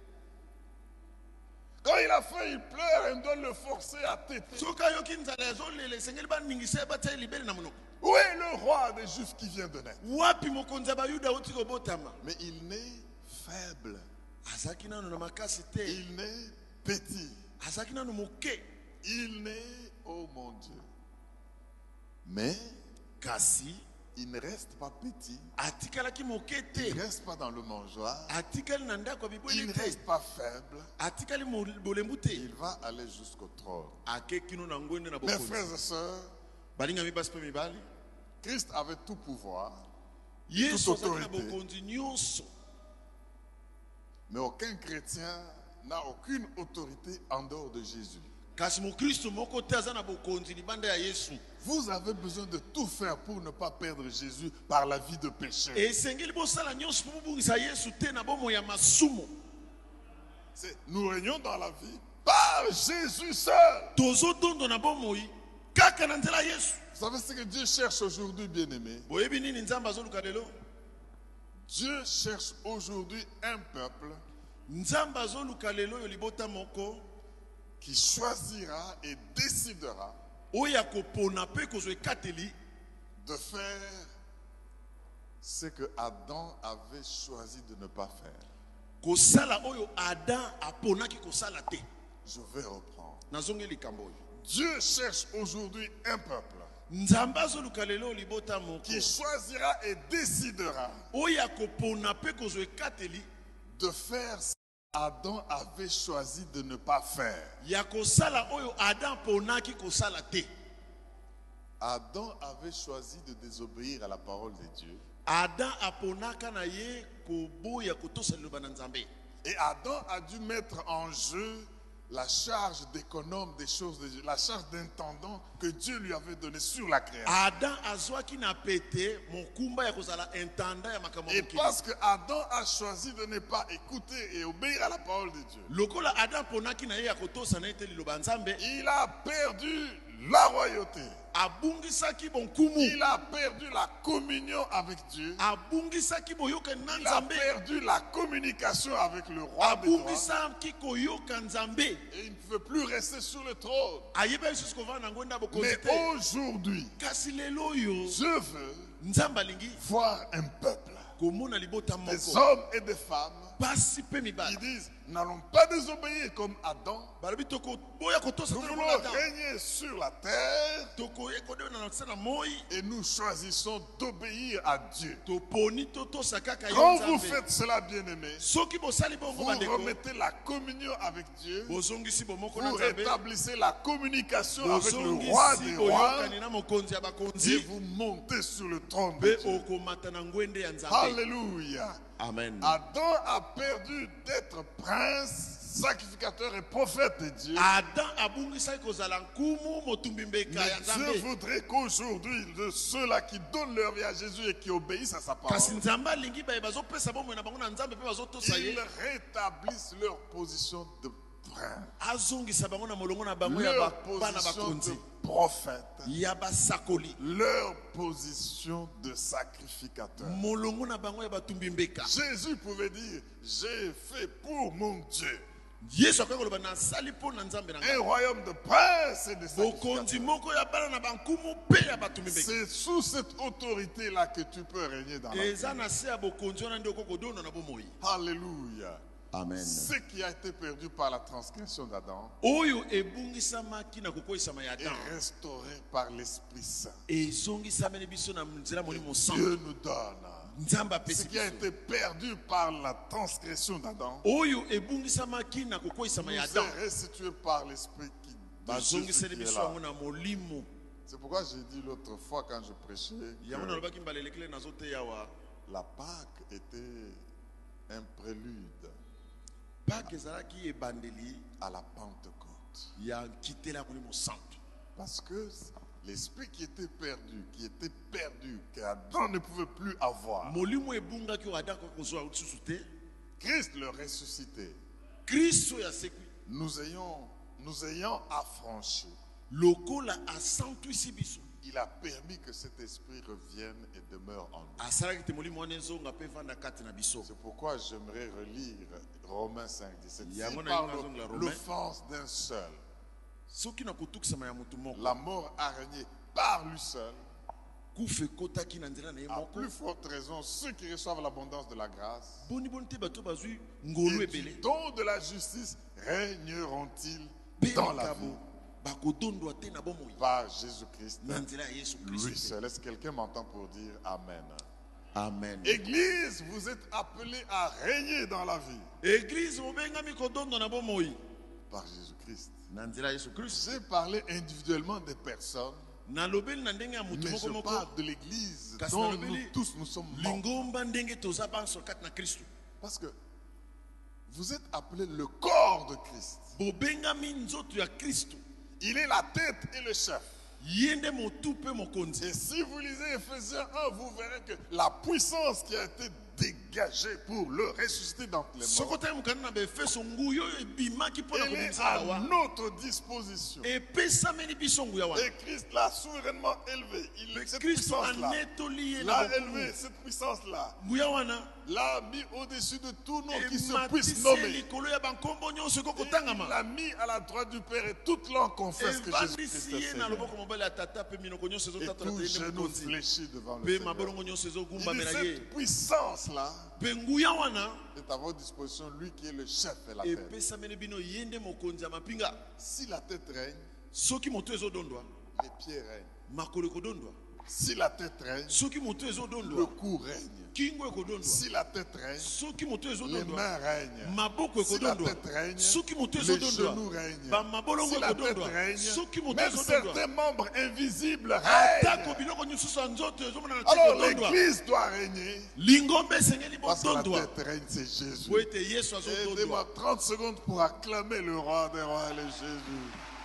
Quand il a faim, il pleure, on doit le forcer à téter. Soka yoki nzala ezolele esengeli baningisa batia libele na monoko. Où est le roi des Juifs qui vient de naître? Wapi mokonzi ya bayuda auti kobotama. Mais il naît faible, Azaki nanu na makasi te. il naît petit, Azaki nanu moke. il naît, oh mon Dieu. Mais Kasi il ne reste pas petit, atikalaki moke il te. ne reste pas dans le mangeoir, Atikali na ndako ya il bibwele ne te. reste pas faible, Atikali mo- bolembu te. il va aller jusqu'au trône. Ake kino na ngwende na Mes bokonzi. frères et sœurs, Balinga mibasi pe mibali. Christ avait tout pouvoir, Yesu toute azaki na autorité. bokonzi nyonso. Mais aucun chrétien n'a aucune autorité en dehors de Jésus. Kasi mokristo moko te aza na bokonzi libanda ya Yesu. Vous avez besoin de tout faire pour ne pas perdre Jésus par la vie de péché. Esengeli bosala nyonso po bobungisa Yesu te na bomo ya masumu. C'est- Nous régnons dans la vie par Jésus seul. Tozodondo na bomoi kaka na nzela ya Yesu. Vous savez ce que Dieu cherche aujourd'hui, bien-aimés? Boyebi nini nzambe azoluka lelo? Dieu cherche aujourd'hui un peuple Nzambe azoluka lelo yo libota moko qui choisira et décidera oyo akopona pe kozwa ekateli de faire ce que Adam avait choisi de ne pas faire. kosala oyo Adam aponaki kosala te. Je vais reprendre. Nazongi likambo oyo. Dieu cherche aujourd'hui un peuple Nzambe azoluka lelo libota moko qui choisira et décidera oyo akopona pe kozwa ekateli de faire ce qu'Adam avait choisi de ne pas faire. ya kosala oyo Adam aponaki kosala te. Adam avait choisi de désobéir à la parole de Dieu. Adam aponaka na ye koboya kotosa liloba na Nzambe. Et Adam a dû mettre en jeu la charge d'économe des choses de Dieu, la charge d'intendant que Dieu lui avait donnée sur la création. Adam azwaki na pete mokumba ya kozala intendant ya makambo Et mokili. parce que Adam a choisi de ne pas écouter et obéir à la parole de Dieu, Lokola Adam ponaki na ye ya kotosa na ete liloba Nzambe, il a perdu la royauté. abungisaki bonkumu, Il a perdu la communion avec Dieu. abungisaki boyokani na Il a Nzambe, perdu la communication avec le roi des rois. abungisaki koyoka Nzambe. Et il ne peut plus rester sur le trône. Ayeba lisusu kovanda na ngwenda bokonzi Mais te. aujourd'hui, Kasi lelo oyo Dieu veut Nzambe alingi voir un peuple, komona libota des moko hommes et des femmes Ils disent, n'allons pas désobéir comme Adam. Nous voulons régner sur la terre et nous choisissons d'obéir à Dieu. Quand vous faites cela, bien-aimés, vous remettez la communion avec Dieu, vous rétablissez la communication avec le roi des rois et vous montez sur le trône de Dieu. Alléluia. Amen. Adam a perdu d'être prince, sacrificateur et prophète de Dieu. Mais Dieu voudrait qu'aujourd'hui, de ceux-là qui donnent leur vie à Jésus et qui obéissent à sa parole, ils rétablissent leur position de prince, leur position de prophète, leur position de sacrificateur. Jésus pouvait dire, j'ai fait pour mon Dieu un royaume de princes et de sacrificateurs. C'est sous cette autorité-là que tu peux régner dans la vie. Alléluia. Amen. Ce qui a été perdu par la transgression d'Adam est restauré par l'Esprit Saint. Dieu nous donne. Ce qui a été perdu par la transgression d'Adam nous est restitué par l'Esprit qui de Jésus qui est là. C'est pourquoi j'ai dit l'autre fois quand je prêchais que la Pâque était un prélude à la Pentecôte. Parce que l'esprit qui était perdu, qui était perdu, qu'Adam ne pouvait plus avoir, Christ le ressuscité, nous ayons, nous ayant affranchis, il a permis que cet esprit revienne et demeure en nous. C'est pourquoi j'aimerais relire Romains cinq, dix-sept. Si par l'offense d'un seul, la mort a régné par lui seul, à plus forte raison, ceux qui reçoivent l'abondance de la grâce et du don de la justice régneront-ils dans la vie par Jésus-Christ, lui seul. Est-ce que quelqu'un m'entend pour dire Amen? Amen. Église, vous êtes appelés à régner dans la vie par Jésus-Christ. J'ai parlé individuellement des personnes, mais je parle de l'église dont nous tous nous sommes membres. Parce que vous êtes appelés le corps de Christ. Il est la tête et le chef. Et si vous lisez Ephésiens un, vous verrez que la puissance qui a été dégagée pour le ressusciter dans les morts, elle est à notre disposition. Et Christ l'a souverainement élevé. Il, cette puissance-là, l'a élevé, cette puissance-là, l'a mis au-dessus de tout nom qui se puisse nommer. Il l'a mis à la droite du Père et toute langue confesse que Jésus-Christ est Seigneur. Et tout genou fléchit devant le Seigneur. Il dit, cette puissance-là est à votre disposition, lui qui est le chef et la tête. Si la tête règne, les pieds règnent. Si la tête règne, le cou règne. Si la tête règne, les mains règnent. Si la tête règne, les genoux règnent. Si la tête règne, même certains membres invisibles règnent. Alors l'église doit régner. Parce que la tête règne, c'est Jésus. Aidez-moi trente secondes pour acclamer le roi des rois et le Jésus.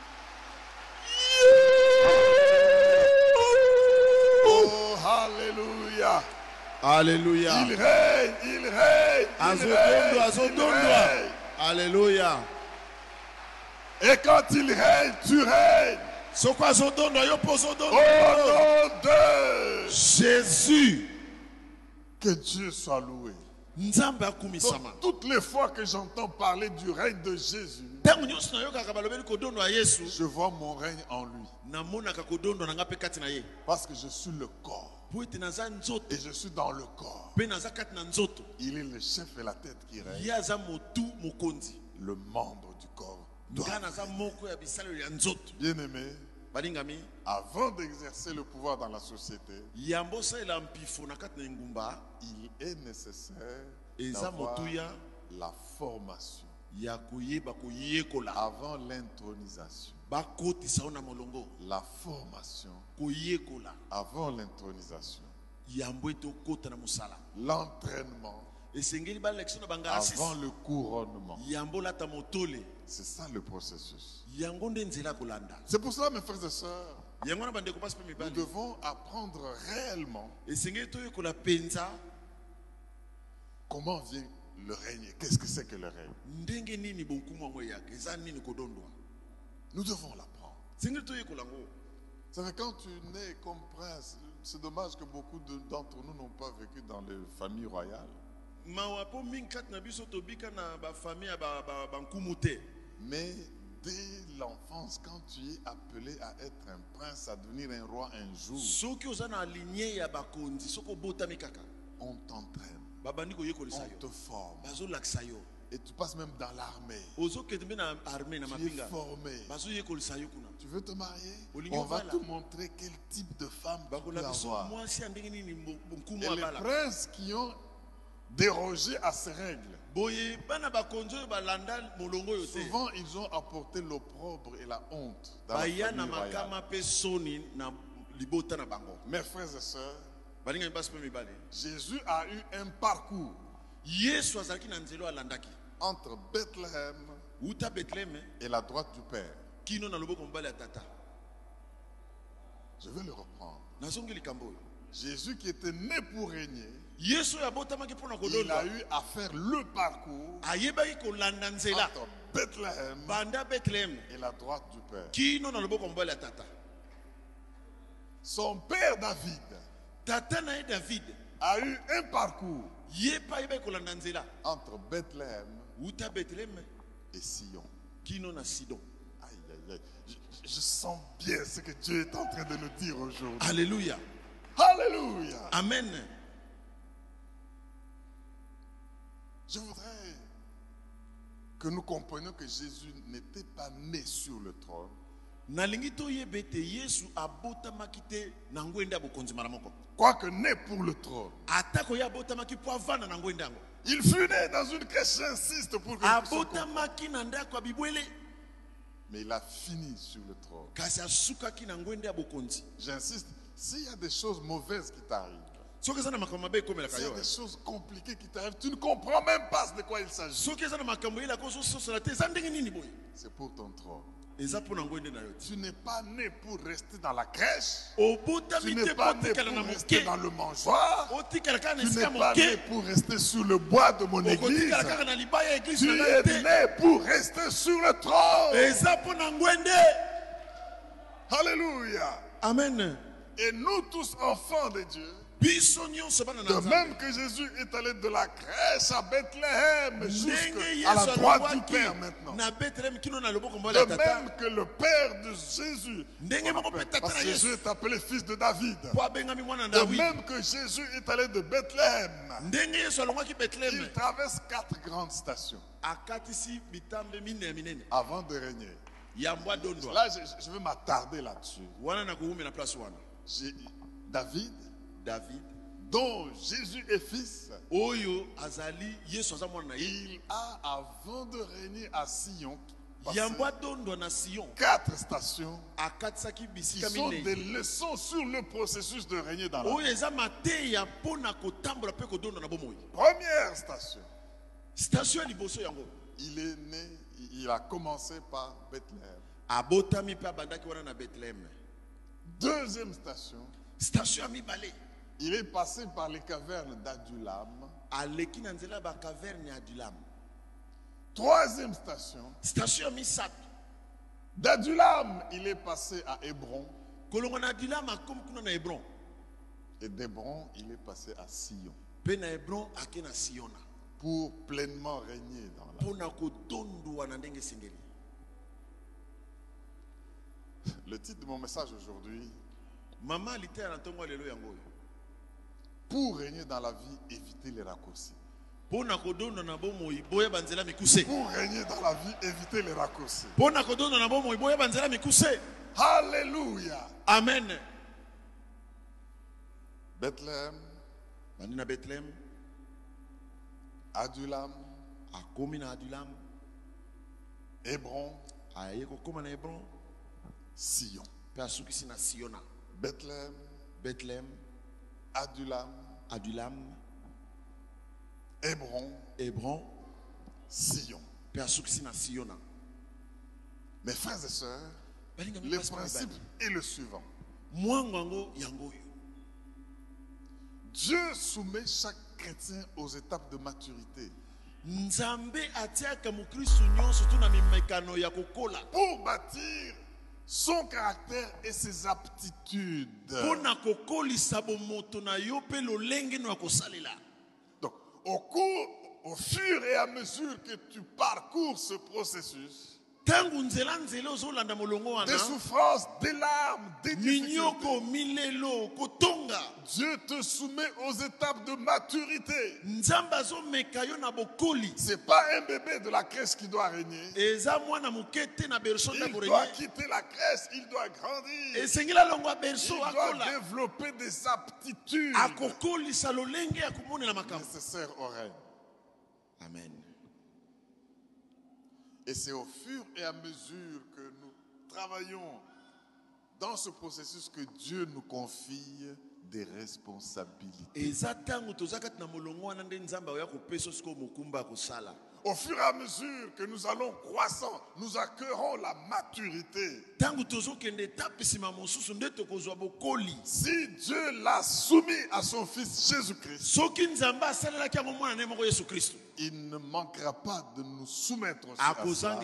Oh, alléluia. Alléluia. Il règne, il règne, il règne, il règne. Alléluia. Et quand il règne, tu règnes. Au nom de Jésus. Que Dieu soit loué. Donc, toutes les fois que j'entends parler du règne de Jésus, je vois mon règne en lui. Parce que je suis le corps. po ete naza nzoto Et je suis dans le corps. mpe naza kati na nzoto. Il est le chef et la tête qui règne. Ye aza motu mokonzi. Le membre du corps doit. Nga naza moko ya bisalelo ya nzoto. Bien-aimé, balingami, avant d'exercer le pouvoir dans la société, yambo salela mpifo na kati na engumba, il est nécessaire eza d'avoir motuya la formation ya koyeba koyekola avant l'intronisation. bakotisa yo na molongo. La formation Koyekola avant l'intronisation. yambo ete okota na mosala. L'entraînement Esengeli balekisio na bangala sisi. avant le couronnement. Yambo lata motole. C'est ça le processus. Yango nde nzela kolanda. C'est pour cela, mes frères et sœurs, Yango na bandeko pasi pe nous mibali. devons apprendre réellement Esengeli toyekola penza comment vient le règne. Qu'est-ce que c'est que le règne? ndenge nini bonkumu yango yake. Eza nini kodondwa. Nous devons l'apprendre. Esengeli toyekola ngo. C'est vrai, quand tu nais comme prince, c'est dommage que beaucoup de- d'entre nous n'ont pas vécu dans les familles royales. Mawa po mingi kati na biso tobika na ba famille ya ba ba bankumu te. Mais dès l'enfance, quand tu es appelé à être un prince, à devenir un roi un jour, Soki oza na lignée ya bakonzi, soko botami kaka. on t'entraîne, Babandi koyekolisa on te yo. forme. Bazolakisa yo. Et tu passes même dans l'armée. Ozokende mpe na armée na Tu es mapinga. formé. Bazoyekolisa yo kuna. Tu veux te marier? Olingi On va ovala. te montrer quel type de femme tu peux Bakola biso avoir. mwasi ya ndenge nini mo- bonkumu Et les abala. princes qui ont dérogé à ces règles, Boye bana bakonzi oyo balanda molongo oyo te. souvent ils ont apporté l'opprobre et la honte dans la Baya na famille royale. makama pe soni na libota na bango. Mes frères et sœurs, Balinga basi pe mibale. Jésus a eu un parcours Yesu azalaki na nzela alandaki. entre Bethléem Uta Bethlehem et la droite du Père. kino na loboko mobali ya tata. Je vais le reprendre. Nazongi likambo oyo. Jésus qui était né pour régner, Yesu oyo abotamaki mpo na il kodondwa. a eu à faire le parcours Ayebaki kolanda nzela entre Bethléem banda Bethlehem et la droite du Père. kino na loboko mobali ya tata. Son père David Tata na ye David a eu un parcours ye pa ayebaki kolanda nzela entre Bethléem uta Bethlehem et Sion. kino na Sidon. Aïe, aïe, aïe. Je, je sens bien ce que Dieu est en train de nous dire aujourd'hui. Alléluia. Alléluia. Amen. Je voudrais que nous comprenions que Jésus n'était pas né sur le trône, Nalingi toyeba ete Yesu abotamaki te na ngwende ya bokonzi mala moko. quoique né pour le trône. Atako ye abotamaki mpo avanda na ngwende yango. Il fut né dans une crèche, j'insiste pour que nous puissions comprendre. Abotamaki na ndako ya bibwele Mais il a fini sur le trône. kasi asukaki na ngwende ya bokonzi. J'insiste, s'il y a des choses mauvaises qui t'arrivent, Soki eza na makambo mabe ekomelaka s'il y a yo. des choses compliquées qui t'arrivent, tu ne comprends même pas de quoi il s'agit. Soki eza na makambo elaka ozososola te eza ndenge nini boye. C'est pour ton trône. Eza mpo na ngwende na yo te. Tu n'es pas né pour rester dans la crèche. Tu Obotami n'es te pas mpo né otikala na pour rester moke. dans le mangeoir. Otikala kaka na Tu esika n'es pas né moke. pour rester sur le bois de mon église. Okotikala kaka na libaya ya eglise Tu na ngai es te. né pour rester sur le trône. Eza mpo na ngwende. Alléluia. Amen. Et nous tous enfants de Dieu, Biso nyonso bana na de Nzambe. même que Jésus est allé de la crèche à Bethléem Ndenge jusqu'à Yesu la droite du alobwaki Père maintenant. na Bethlehem kino na loboko mobali De ya tata. même que le Père de Jésus, Ndenge moko mpe tata parce na que Jésus Yesu est appelé fils de David. po abengami mwana na De David. même que Jésus est allé de Bethléem, Ndenge Yesu alongwaki Bethlehem il traverse quatre grandes stations akatisi bitambe minene ya minene avant de régner. yambo adondwa. Là, je, je vais m'attarder là-dessus. Wana na kuume na place wana. J'ai- David, David dont Jésus est fils, oyo azali Yesu aza mwana na ye. il a, avant de régner à Sion, passé Yambo adondwa na Sion quatre stations akatisaki qui bisika sont des minene. leçons sur le processus de régner dans la vie. Oyo eza mateya mpo na kotambola mpe kodondwa na bomoi. Première station, Station ya liboso yango. il est né, il a commencé par Bethléem. Abotami mpe abandaki wana na Bethlehem. Deuxième station, Station ya mibale. il est passé par les cavernes d'Adulam. Aleki na nzela ba caverne ya Adulam. Troisième station, Station ya misato. d'Adulam, il est passé à Hébron. Kolongo na Adulam akomi kuna na Hebron. Et d'Hébron, il est passé à Sion Pe na Hebron ake na Siona. pour pleinement régner dans la vie. Mpo na kodondwa na ndenge esengeli. Le titre de mon message aujourd'hui, Mama aliteya na ntongo ya lelo yango oyo. Pour régner dans la vie, évitez les raccourcis. Pour régner dans la vie, évitez les raccourcis. Alléluia. Amen. Bethléem, Bandina Bethléem, Adulam, Akomina Adulam, Hébron, Ayeko Komana Hébron, Sion. Péasukisi na Siona. Bethléem, Bethléem, Adulam, Adulam, Hébron, Hébron, Sion. Péasukisi na Siona. Mes frères et sœurs, le principe est le suivant. Dieu soumet chaque chrétien aux étapes de maturité pour bâtir son caractère et ses aptitudes. Donc, au cours, au fur et à mesure que tu parcours ce processus, des souffrances, des larmes, des difficultés, Dieu te soumet aux étapes de maturité. Ce n'est pas un bébé de la crèche qui doit régner. Il doit quitter la crèche, il doit grandir. Il doit développer des aptitudes nécessaires au règne. Amen. Et c'est au fur et à mesure que nous travaillons dans ce processus que Dieu nous confie des responsabilités. Au fur et à mesure que nous allons croissant, nous acquérons la maturité. Si Dieu l'a soumis à son Fils Jésus-Christ, il ne manquera pas de nous soumettre aussi à ça.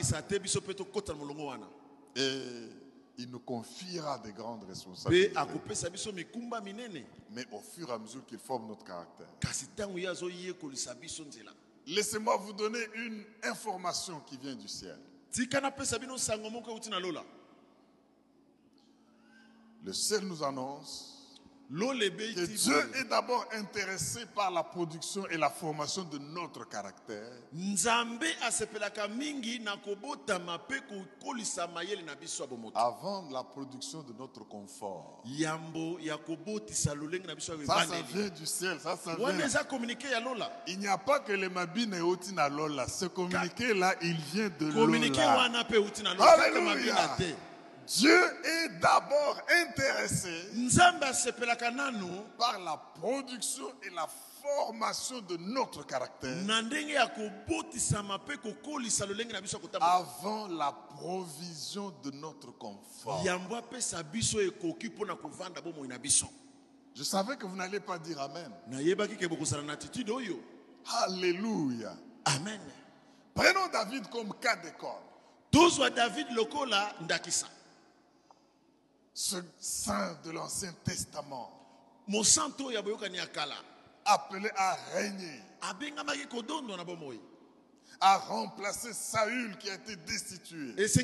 Et il nous confiera des grandes responsabilités. Mais au fur et à mesure qu'il forme notre caractère. Laissez-moi vous donner une information qui vient du ciel. Le ciel nous annonce que Dieu est d'abord intéressé par la production et la formation de notre caractère. Avant la production de notre confort. Ça, ça vient du ciel. Ça, ça vient. Il n'y a pas que les mabines et otina lola. Ce communiqué-là, il vient de lola. Alléluia. Dieu est d'abord intéressé par la production et la formation de notre caractère avant la provision de notre confort. Je savais que vous n'allez pas dire Amen. Alléluia. Amen. Prenons David comme cas d'école. David lokola ndakisa. Ce saint de l'Ancien Testament, appelé à régner, à remplacer Saül qui a été destitué. Vous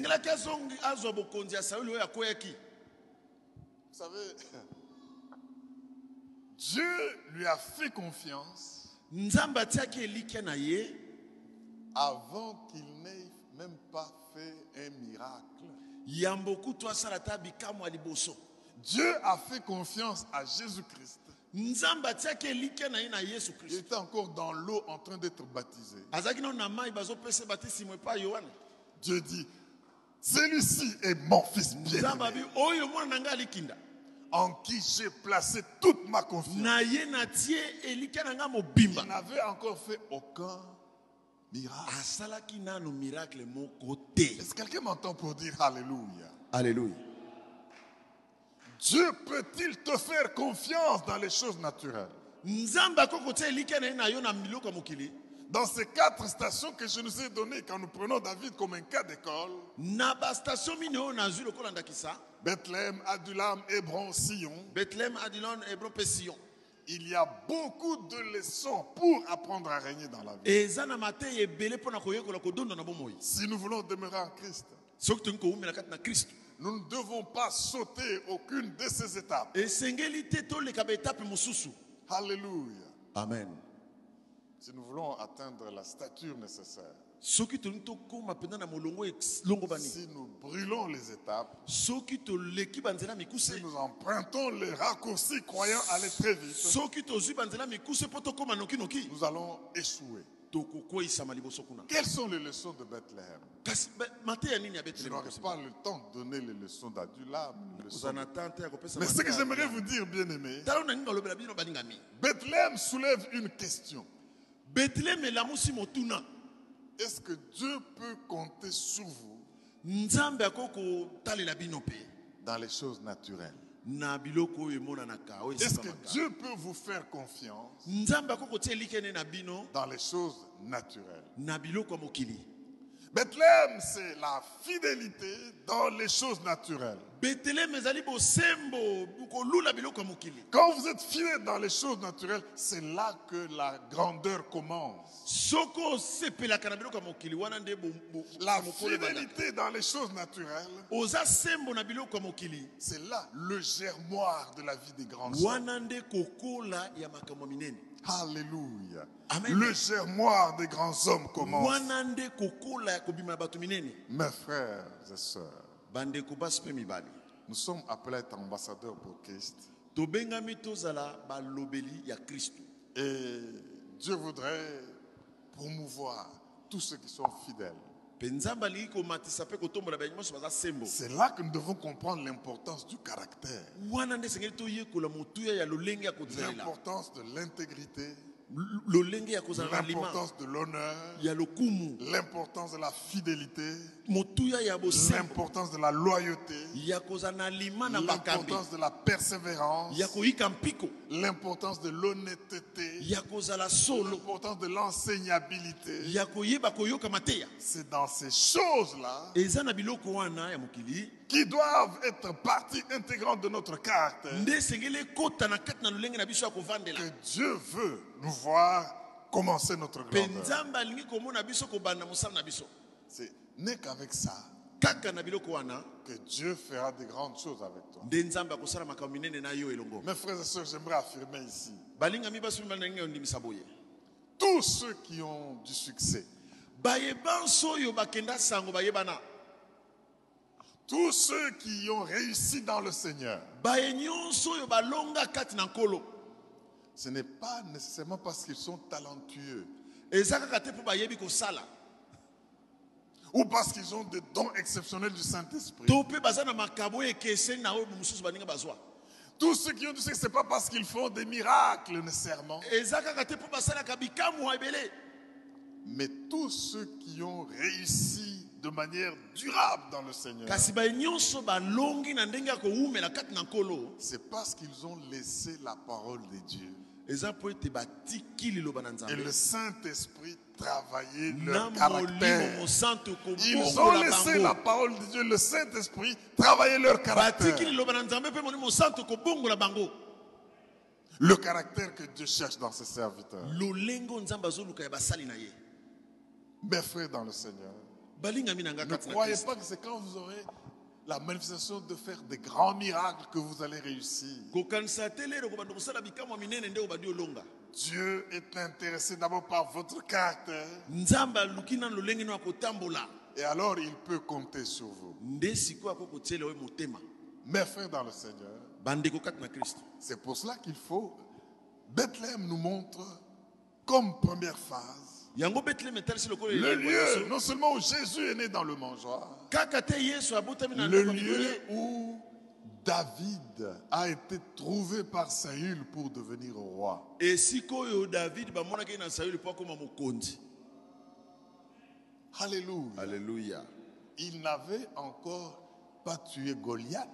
savez, Dieu lui a fait confiance avant qu'il n'ait même pas fait un miracle. Dieu a fait confiance à Jésus-Christ. Il était encore dans l'eau en train d'être baptisé. Dieu dit, celui-ci est mon fils bien-aimé, en qui j'ai placé toute ma confiance. Il n'avait encore fait aucun miracle. Est-ce que quelqu'un m'entend pour dire Alléluia? Alléluia. Dieu peut-il te faire confiance dans les choses naturelles? Dans ces quatre stations que je nous ai données, quand nous prenons David comme un cas d'école, Bethléem, Adulam, Hébron, Sion, Bethléem, Adulam, Hébron, Sion. Il y a beaucoup de leçons pour apprendre à régner dans la vie. Si nous voulons demeurer en Christ, nous ne devons pas sauter aucune de ces étapes. Alléluia. Amen. Si nous voulons atteindre la stature nécessaire, Si nous brûlons les étapes, si si nous empruntons les raccourcis croyant aller très vite, nous allons échouer. Quelles sont les leçons de Bethléem? Je n'aurai pas le temps de donner les leçons d'Adulam. Mais ce que j'aimerais vous dire, bien aimé, Bethléem soulève une question. Est-ce que Dieu peut compter sur vous dans les choses naturelles? Est-ce que Dieu peut vous faire confiance dans les choses naturelles? Bethléem, c'est la fidélité dans les choses naturelles. Quand vous êtes fidèle dans les choses naturelles, c'est là que la grandeur commence. La fidélité dans les choses naturelles, c'est là le germoire de la vie des grands hommes. Alléluia. Amen. Le germoire des grands hommes commence. Mes frères et sœurs, nous sommes appelés à être ambassadeurs pour Christ. Et Dieu voudrait promouvoir tous ceux qui sont fidèles. C'est là que nous devons comprendre l'importance du caractère, l'importance de l'intégrité, l'importance de l'honneur, l'importance de la fidélité, l'importance de la loyauté, l'importance de la persévérance, l'importance de l'honnêteté, l'importance de l'enseignabilité. C'est dans ces choses-là qui doivent être partie intégrante de notre caractère que Dieu veut nous voir commencer notre grandeur. C'est n'est qu'avec ça que Dieu fera de grandes choses avec toi. Mes frères et sœurs, j'aimerais affirmer ici, tous ceux qui ont du succès, tous ceux qui ont réussi dans le Seigneur, ce n'est pas nécessairement parce qu'ils sont talentueux ou parce qu'ils ont des dons exceptionnels du Saint-Esprit. Tous ceux qui ont du succès, ce n'est pas parce qu'ils font des miracles nécessairement, mais tous ceux qui ont réussi de manière durable dans le Seigneur, c'est parce qu'ils ont laissé la parole de Dieu et le Saint-Esprit travailler leur caractère. Ils ont laissé la parole de Dieu, le Saint-Esprit travailler leur caractère. Le caractère que Dieu cherche dans ses serviteurs. Mes frères dans le Seigneur, ne croyez pas que c'est quand vous aurez la manifestation de faire des grands miracles que vous allez réussir. Dieu est intéressé d'abord par votre caractère. Et alors il peut compter sur vous. Mes frères dans le Seigneur, c'est pour cela qu'il faut. Bethléem nous montre comme première phase le lieu, non seulement où Jésus est né dans le mangeoire, le lieu où David a été trouvé par Saül pour devenir roi. Alléluia. Alléluia. Il n'avait encore pas tué Goliath,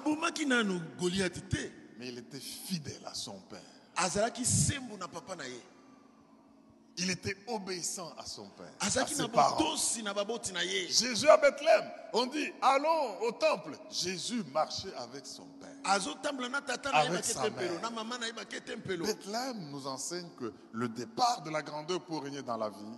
mais il était fidèle à son père. Il était obéissant à son père, à ses parents. Jésus à Bethléem, on dit allons au temple. Jésus marchait avec son père, avec sa mère. Bethléem nous enseigne que le départ de la grandeur pour régner dans la vie,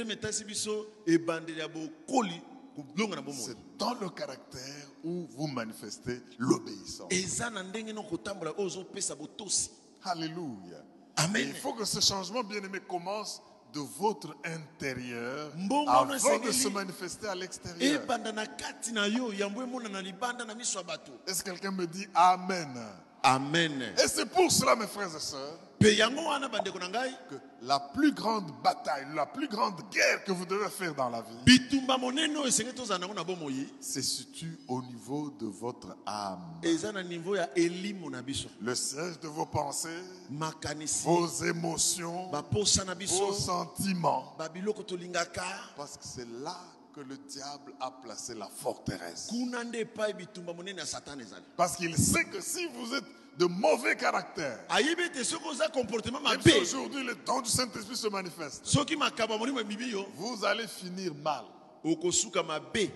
c'est dans le caractère où vous manifestez l'obéissance. Alléluia. Amen. Il faut que ce changement, bien-aimé, commence de votre intérieur Mbongo avant no de esengeli se manifester à l'extérieur. ebanda na kati na yo yambo emona na libanda na miso ya bato. Est-ce que quelqu'un me dit Amen? Amen. Et c'est pour cela, mes frères et sœurs, Pe yango wana bandeko na ngai que la plus grande bataille, la plus grande guerre que vous devez faire dans la vie bitumba monene oyo esengeli tozala nango na bomoi se situe au niveau de votre âme. eza na niveau ya elimo na biso, Le siège de vos pensées, makanisi, vos émotions, baposa na vos biso, sentiments. babiloko tolingaka. Parce que c'est là que le diable a placé la forteresse. Kuna nde epai bitumba monene ya satana ezali. Parce qu'il sait que si vous êtes de mauvais caractère, ayebi ete soki oza comportement même mabe, si aujourd'hui le don du Saint-Esprit se manifeste, soki makambo ya molimo ebibi yo, vous allez finir mal. okosuka mabe.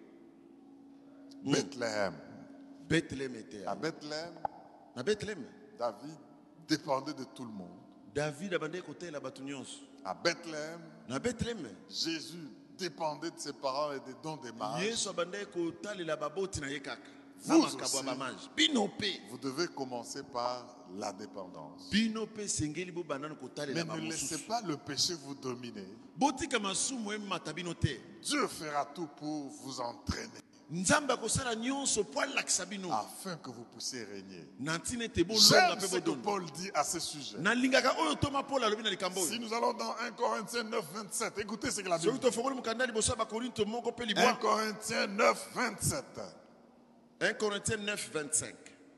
Bethléem. Bethlehem ete À Bethléem, na Bethlehem David dépendait de tout le monde. David abandaki kotela bato nyonso. À Bethléem, Na Bethlehem Jésus dépendait de ses parents et des dons des mages. yesu abandaki kotalela baboti na ye kaka Vous na makambo aussi. ya bamage. Bino mpe Vous devez commencer par la dépendance. bino mpe esengeli bobanda na kotalela Mais ne laissez bamosusu. pas le péché vous dominer. Botika masumu emata bino te. Dieu fera tout pour vous entraîner Nzambe akosala nyonso po alakisa bino afin que vous puissiez régner. na ntina ete bolonga J'aime mpe ce que bodondo. Paul dit à ce sujet. nalingaka oyo toma Paul alobi na likambo Si oyo. nous allons dans un Corinthiens neuf, vingt-sept, écoutez ce que la Bible soki dit. tofongoli mokanda liboso ya bakorinto moko mpe un libwa. Corinthiens neuf, vingt-sept. un Corinthiens neuf, vingt-cinq.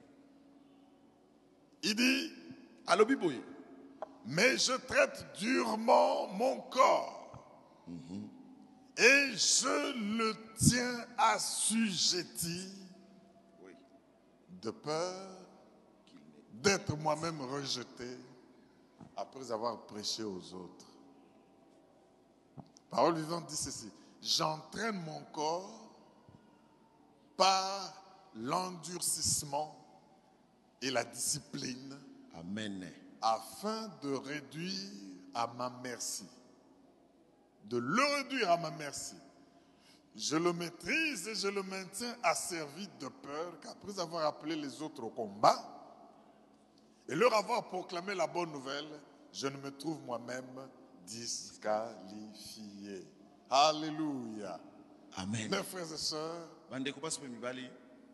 Il dit, alobi boye, mais je traite durement mon corps et je le tiens assujetti oui, de peur d'être moi-même rejeté après avoir prêché aux autres. Parole vivante dit ceci: j'entraîne mon corps par l'endurcissement et la discipline amen, afin de réduire à ma merci, de le réduire à ma merci. Je le maîtrise et je le maintiens asservi de peur qu'après avoir appelé les autres au combat et leur avoir proclamé la bonne nouvelle, je ne me trouve moi-même disqualifié. Alléluia. amen. Mes frères et sœurs, bandeko basi mpe mibali,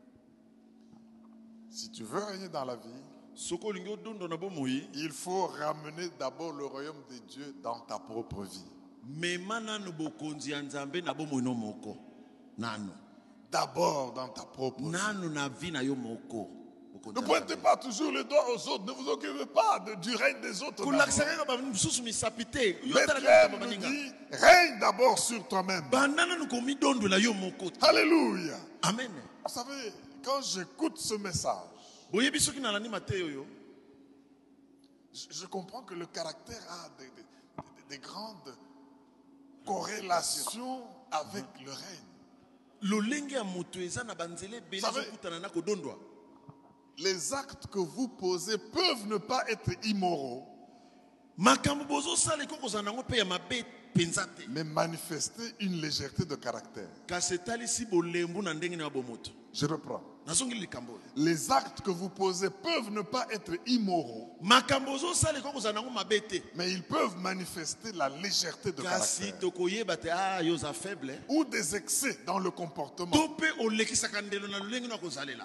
si tu veux régner dans la vie, soki olingi odondo na bomoi, il faut ramener d'abord le royaume de Dieu dans ta propre vie. mema nano bokonzi ya nzambe na bomoi no moko, nano D'abord dans ta propre vie. nano na vi na yo moko. Ne pointez pas toujours le doigt aux autres. Ne vous occupez pas de, du règne des autres. kolakisa d'abord. kaka bamisusu misapi te. Yo tala Bethléem kaka nous baninga. dit, règne d'abord sur toi-même. banda nano komidondola yo moko te. Alléluia. Amen. Vous savez, quand j'écoute ce message, boyebi soki nalandi te oyo, je, je comprends que le caractère a des, des- des- des grandes corrélations avec le règne. lolenge ya moto eza na banzela ebele Savez- ezokutana na kodondwa. Les actes que vous posez peuvent ne pas être immoraux, makambo bozosala ekoki kozala nango mpe ya mabe mpenza te, mais manifester une légèreté de caractère. kasi etalisi bolembu na ndenge na ya bomoto. Je reprends. nazongeli likambo oyo. Les actes que vous posez peuvent ne pas être immoraux, makambo ozosala ekoki kozala nango mabe te, mais ils peuvent manifester la légèreté de kasi caractère tokoyeba te ah yo oza faible ou des excès dans le comportement. to mpe olekisaka ndelo na lolenge na kozalela.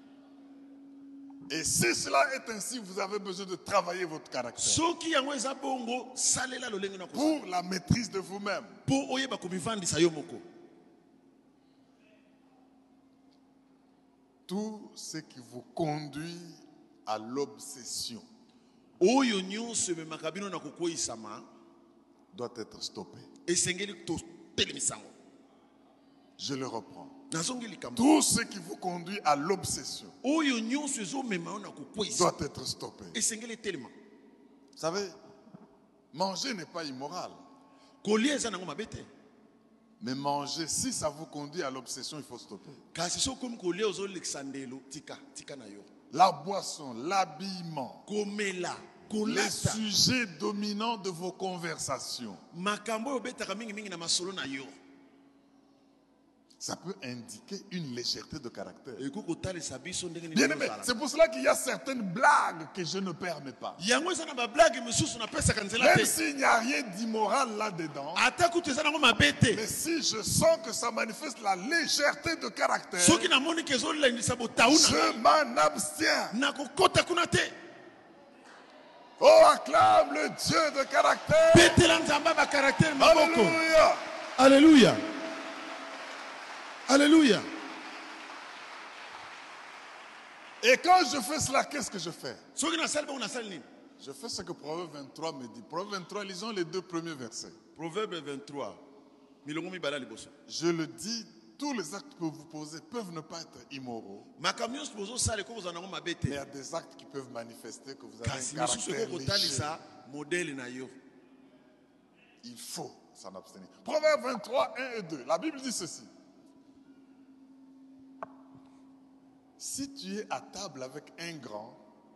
Et si cela est ainsi, vous avez besoin de travailler votre caractère soki yango eza bongo salela lolenge na kozala pour la maîtrise de vous-même. mpo oyeba komivandisa yo moko. Tout ce qui vous conduit à l'obsession oyo nyonso ememaka bino na kokweyisama doit être stoppé. esengeli totelemisa yango. Je le reprends. nazongi likambo Tout ce qui vous conduit à l'obsession oyo nyonso ezomema yo na kokweyisa doit être stoppé. esengeli etelema. Vous savez, manger n'est pas immoral. kolia eza nango mabe te, Mais manger, si ça vous conduit à l'obsession, il faut stopper. kasi soki komi kolia ozolekisa ndelo tika tika na yo. La boisson, l'habillement, komela les kolata sujets dominants de vos conversations. makambo oyo obetaka mingimingi na masolo na yo. Ça peut indiquer une légèreté de caractère. Bien Bien aimé, c'est pour cela qu'il y a certaines blagues que je ne permets pas. Même s'il n'y a rien d'immoral là-dedans, mais si je sens que ça manifeste la légèreté de caractère, je m'en abstiens. Oh, acclame le Dieu de caractère. Alléluia. Alléluia. Alléluia. Et quand je fais cela, qu'est-ce que je fais? Je fais ce que Proverbe vingt-trois me dit. Proverbe vingt-trois, lisons les deux premiers versets. Proverbe vingt-trois. Je le dis, tous les actes que vous posez peuvent ne pas être immoraux. Mais il y a des actes qui peuvent manifester que vous avez un caractère léger. Il faut s'en abstenir. Proverbe vingt-trois, un et deux. La Bible dit ceci. Si tu es à table avec un grand,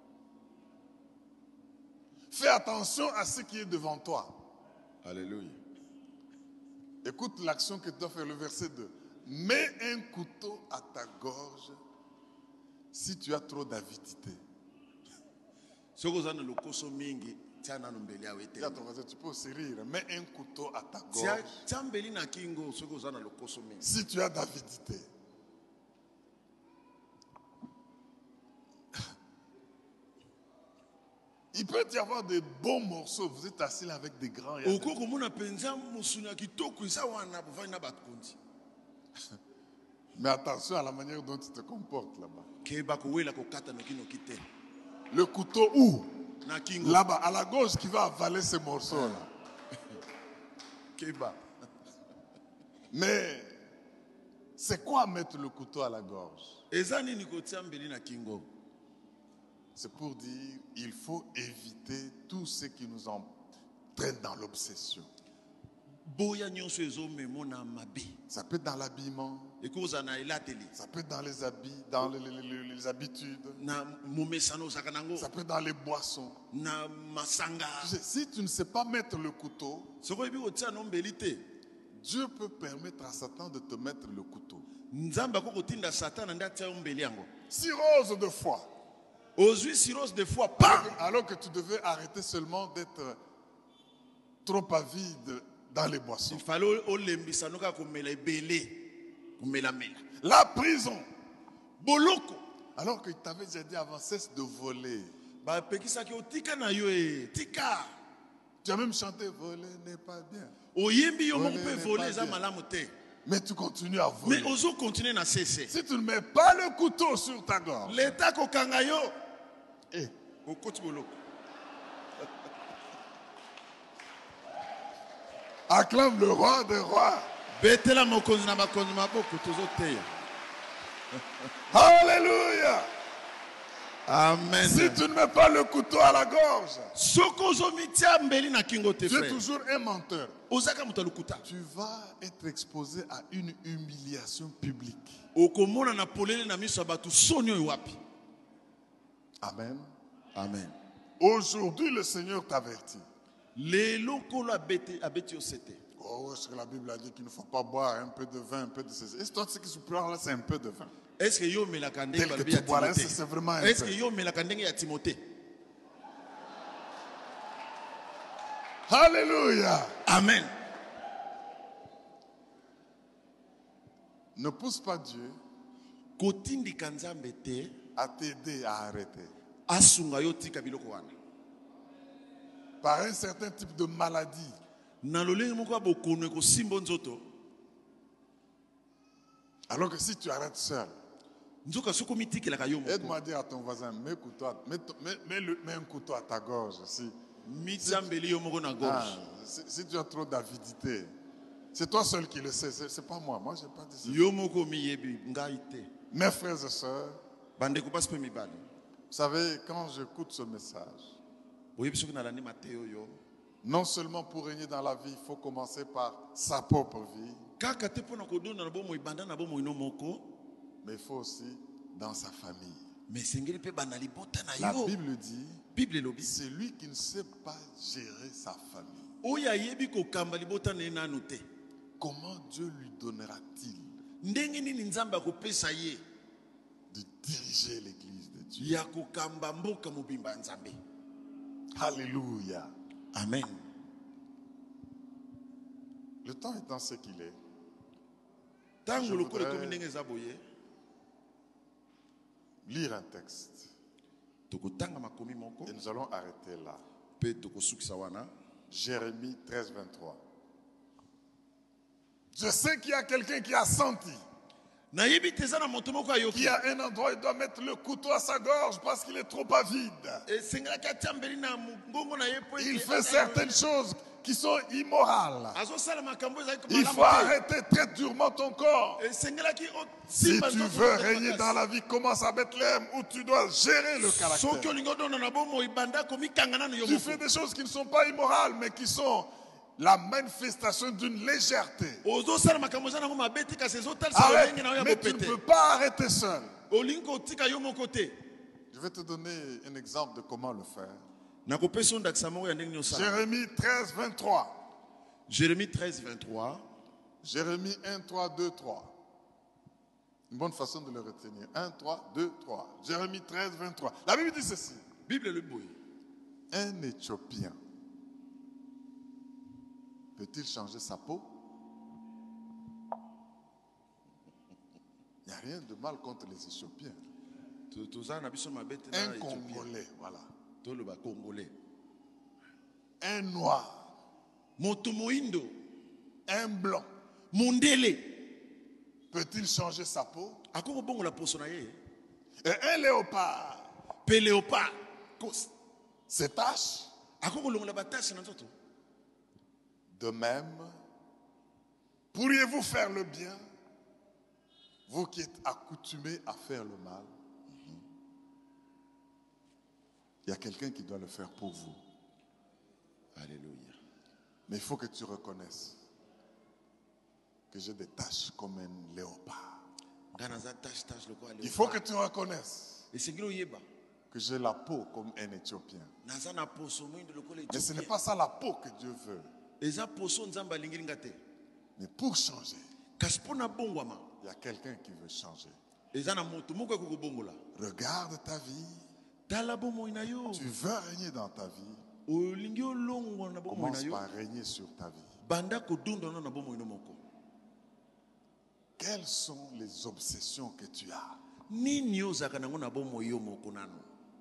fais attention à ce qui est devant toi. Alléluia. Écoute l'action que tu dois faire, le verset deux. Mets un couteau à ta gorge si tu as trop d'avidité. Tu peux aussi rire. Mets un couteau à ta gorge si tu as d'avidité. Il peut y avoir des bons morceaux. Vous êtes assis là avec des grands. Des... Mais attention à la manière dont tu te comportes là-bas. Le couteau où? Là-bas, à la gauche qui va avaler ces morceaux-là. Mais c'est quoi mettre le couteau à la gorge? C'est pour dire il faut éviter tout ce qui nous entraîne dans l'obsession. Ça peut être dans l'habillement. Ça peut être dans les habits, dans les, les, les, les habitudes. Ça peut être dans les boissons. Si tu ne sais pas mettre le couteau, Dieu peut permettre à Satan de te mettre le couteau. Cirrhose de foi. de foi, pas. Alors que tu devais arrêter seulement d'être trop avide dans les boissons. La prison. Boloko. Alors que tu t'avais déjà dit avant, cesse de voler. Tu as même chanté voler n'est pas bien. Voler n'est pas bien. Mais tu continues à voler. Si tu ne mets pas le couteau sur ta gorge. Eh. Acclame le roi des rois. Alléluia. Amen. Si tu ne mets pas le couteau à la gorge, tu es toujours un menteur. Tu vas être exposé à une humiliation publique. Amen. Amen. Aujourd'hui, le Seigneur t'avertit. Oh, est-ce que la Bible a dit qu'il ne faut pas boire un peu de vin, un peu de ceci? Est-ce que ce qui se prend là, c'est un peu de vin? Est-ce que yo me la tel que tu bois là, c'est vraiment un peu. Est-ce que yo me la kandenge ya Timothée? Alléluia. Amen. Ne pousse pas Dieu à t'aider à arrêter. Par un certain type de maladie. Alors que si tu arrêtes seul, aide-moi à dire à ton voisin, mets, couteau à, mets, mets, mets, le, mets un couteau à ta gorge. Si, si, ah, si, si tu as trop d'avidité, c'est toi seul qui le sais, c'est pas moi. Moi, je n'ai pas dit ça. Mes frères et sœurs, vous savez, quand j'écoute ce message, non seulement pour régner dans la vie, il faut commencer par sa propre vie, mais il faut aussi dans sa famille. La Bible dit, c'est lui qui ne sait pas gérer sa famille. Comment Dieu lui donnera-t-il ndenge nini nzambe akopesa ye de diriger l'église de Dieu. ya kokamba mboka mobimba nzambe. Alléluia. Amen. Le temps étant ce qu'il est, Tango Je lokolo voudrais- komi ndenge eza boye, lire un texte. tokotanga makomi moko Et nous allons arrêter là. pe tokosukisa wana. Jérémie treize, vingt-trois. Je sais qu'il y a quelqu'un qui a senti, Nayebi te eza na moto moko qui ayoki. a un endroit où il doit mettre le couteau à sa gorge parce qu'il est trop avide. Esengelaki atia mbeli na ngongo na ye po ete- Il fait certaines choses qui sont immorales. azosala makambo ezalaki Il malamu faut te. arrêter très durement ton corps. Esengelaki o- Si simba tu nzoto veux na régner makasi. dans la vie, commence à Bethléem où tu dois gérer le Soki caractère. olingi odonda na bomoi banda komikanga nano yo Tu moko. fais des choses qui ne sont pas immorales, mais qui sont la manifestation d'une légèreté. ozosala makambo eza nango mabe te kasi ezotalisa Arrête, lolenge na yo ya mais tu ne bopete. peux pas arrêter seul. Olingi kotika yo moko te. Je vais te donner un exemple de comment le faire. nakopesa yo ndakisa moko ya ndenge nyosala. Jérémie treize, vingt-trois. Jérémie treize, vingt-trois. Jérémie un, trois, deux, trois. Une bonne façon de le retenir. un, trois, deux, trois. Jérémie treize, vingt-trois. La Bible dit ceci. Bible le boye. Un Éthiopien peut-il changer sa peau? Il n'y a rien de mal contre les Éthiopiens. To- tozala na biso mabe te na Un Éthiopie. Congolais, voilà. toloba congolais. Un noir, Moto moindo. un blanc. Mondele. Peut-il changer sa peau? Akoko bongo la poso na ye. Et un léopard, Pe léopard. Kos. ses taches. Akoko longola batasi na nzoto. De même, pourriez-vous faire le bien, vous qui êtes accoutumés à faire le mal? Il y a quelqu'un qui doit le faire pour vous. Alléluia. Mais il faut que tu reconnaisses que j'ai des taches comme un léopard. Ngana za tache tache loko ale. Il faut que tu reconnaisses Esengelo yeba. que j'ai la peau comme un Éthiopien. Naza na poso moindo loko le. Mais ce n'est pas ça la peau que Dieu veut. Eza poso nzamba lingilinga te. Mais pour changer, Kasi pona bongwama. il y a quelqu'un qui veut changer. Eza na moto moko akoko bongola. Regarde ta vie. Tala bomoi na yo. Tu veux régner dans ta vie. Olingi olongwa na bomoi na Commence yo. par régner sur ta vie. Banda kodunda na bomoi no moko. Quelles sont les obsessions que tu as? Nini ozaka nango na bomoi yo moko nano?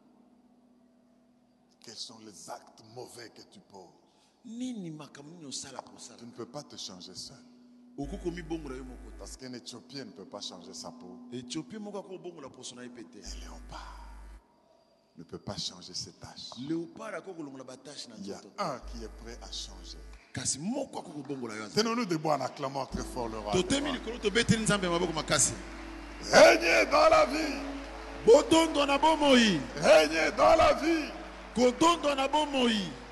Quels sont les actes mauvais que tu poses? Nini makambo nini osala posala? Tu ne peux pas te changer seul. Okoko mi bongola yo moko. Parce qu'un Éthiopien ne peut pas changer sa peau. Éthiopie moko akoko bongola poso na epete. Un léopard ne peut pas changer ses taches. Léopard akoko longola batache na Il y a nzoto. un qui est prêt à changer. Kasi moko akoko bongola yo. Tenons-nous debout en acclamant très fort le roi. Totemi likolo tobeteli nzambe maboko makasi. Régnez dans la vie. Bodondo na bomoi. Régnez dans la vie. Kodondo na bomoi.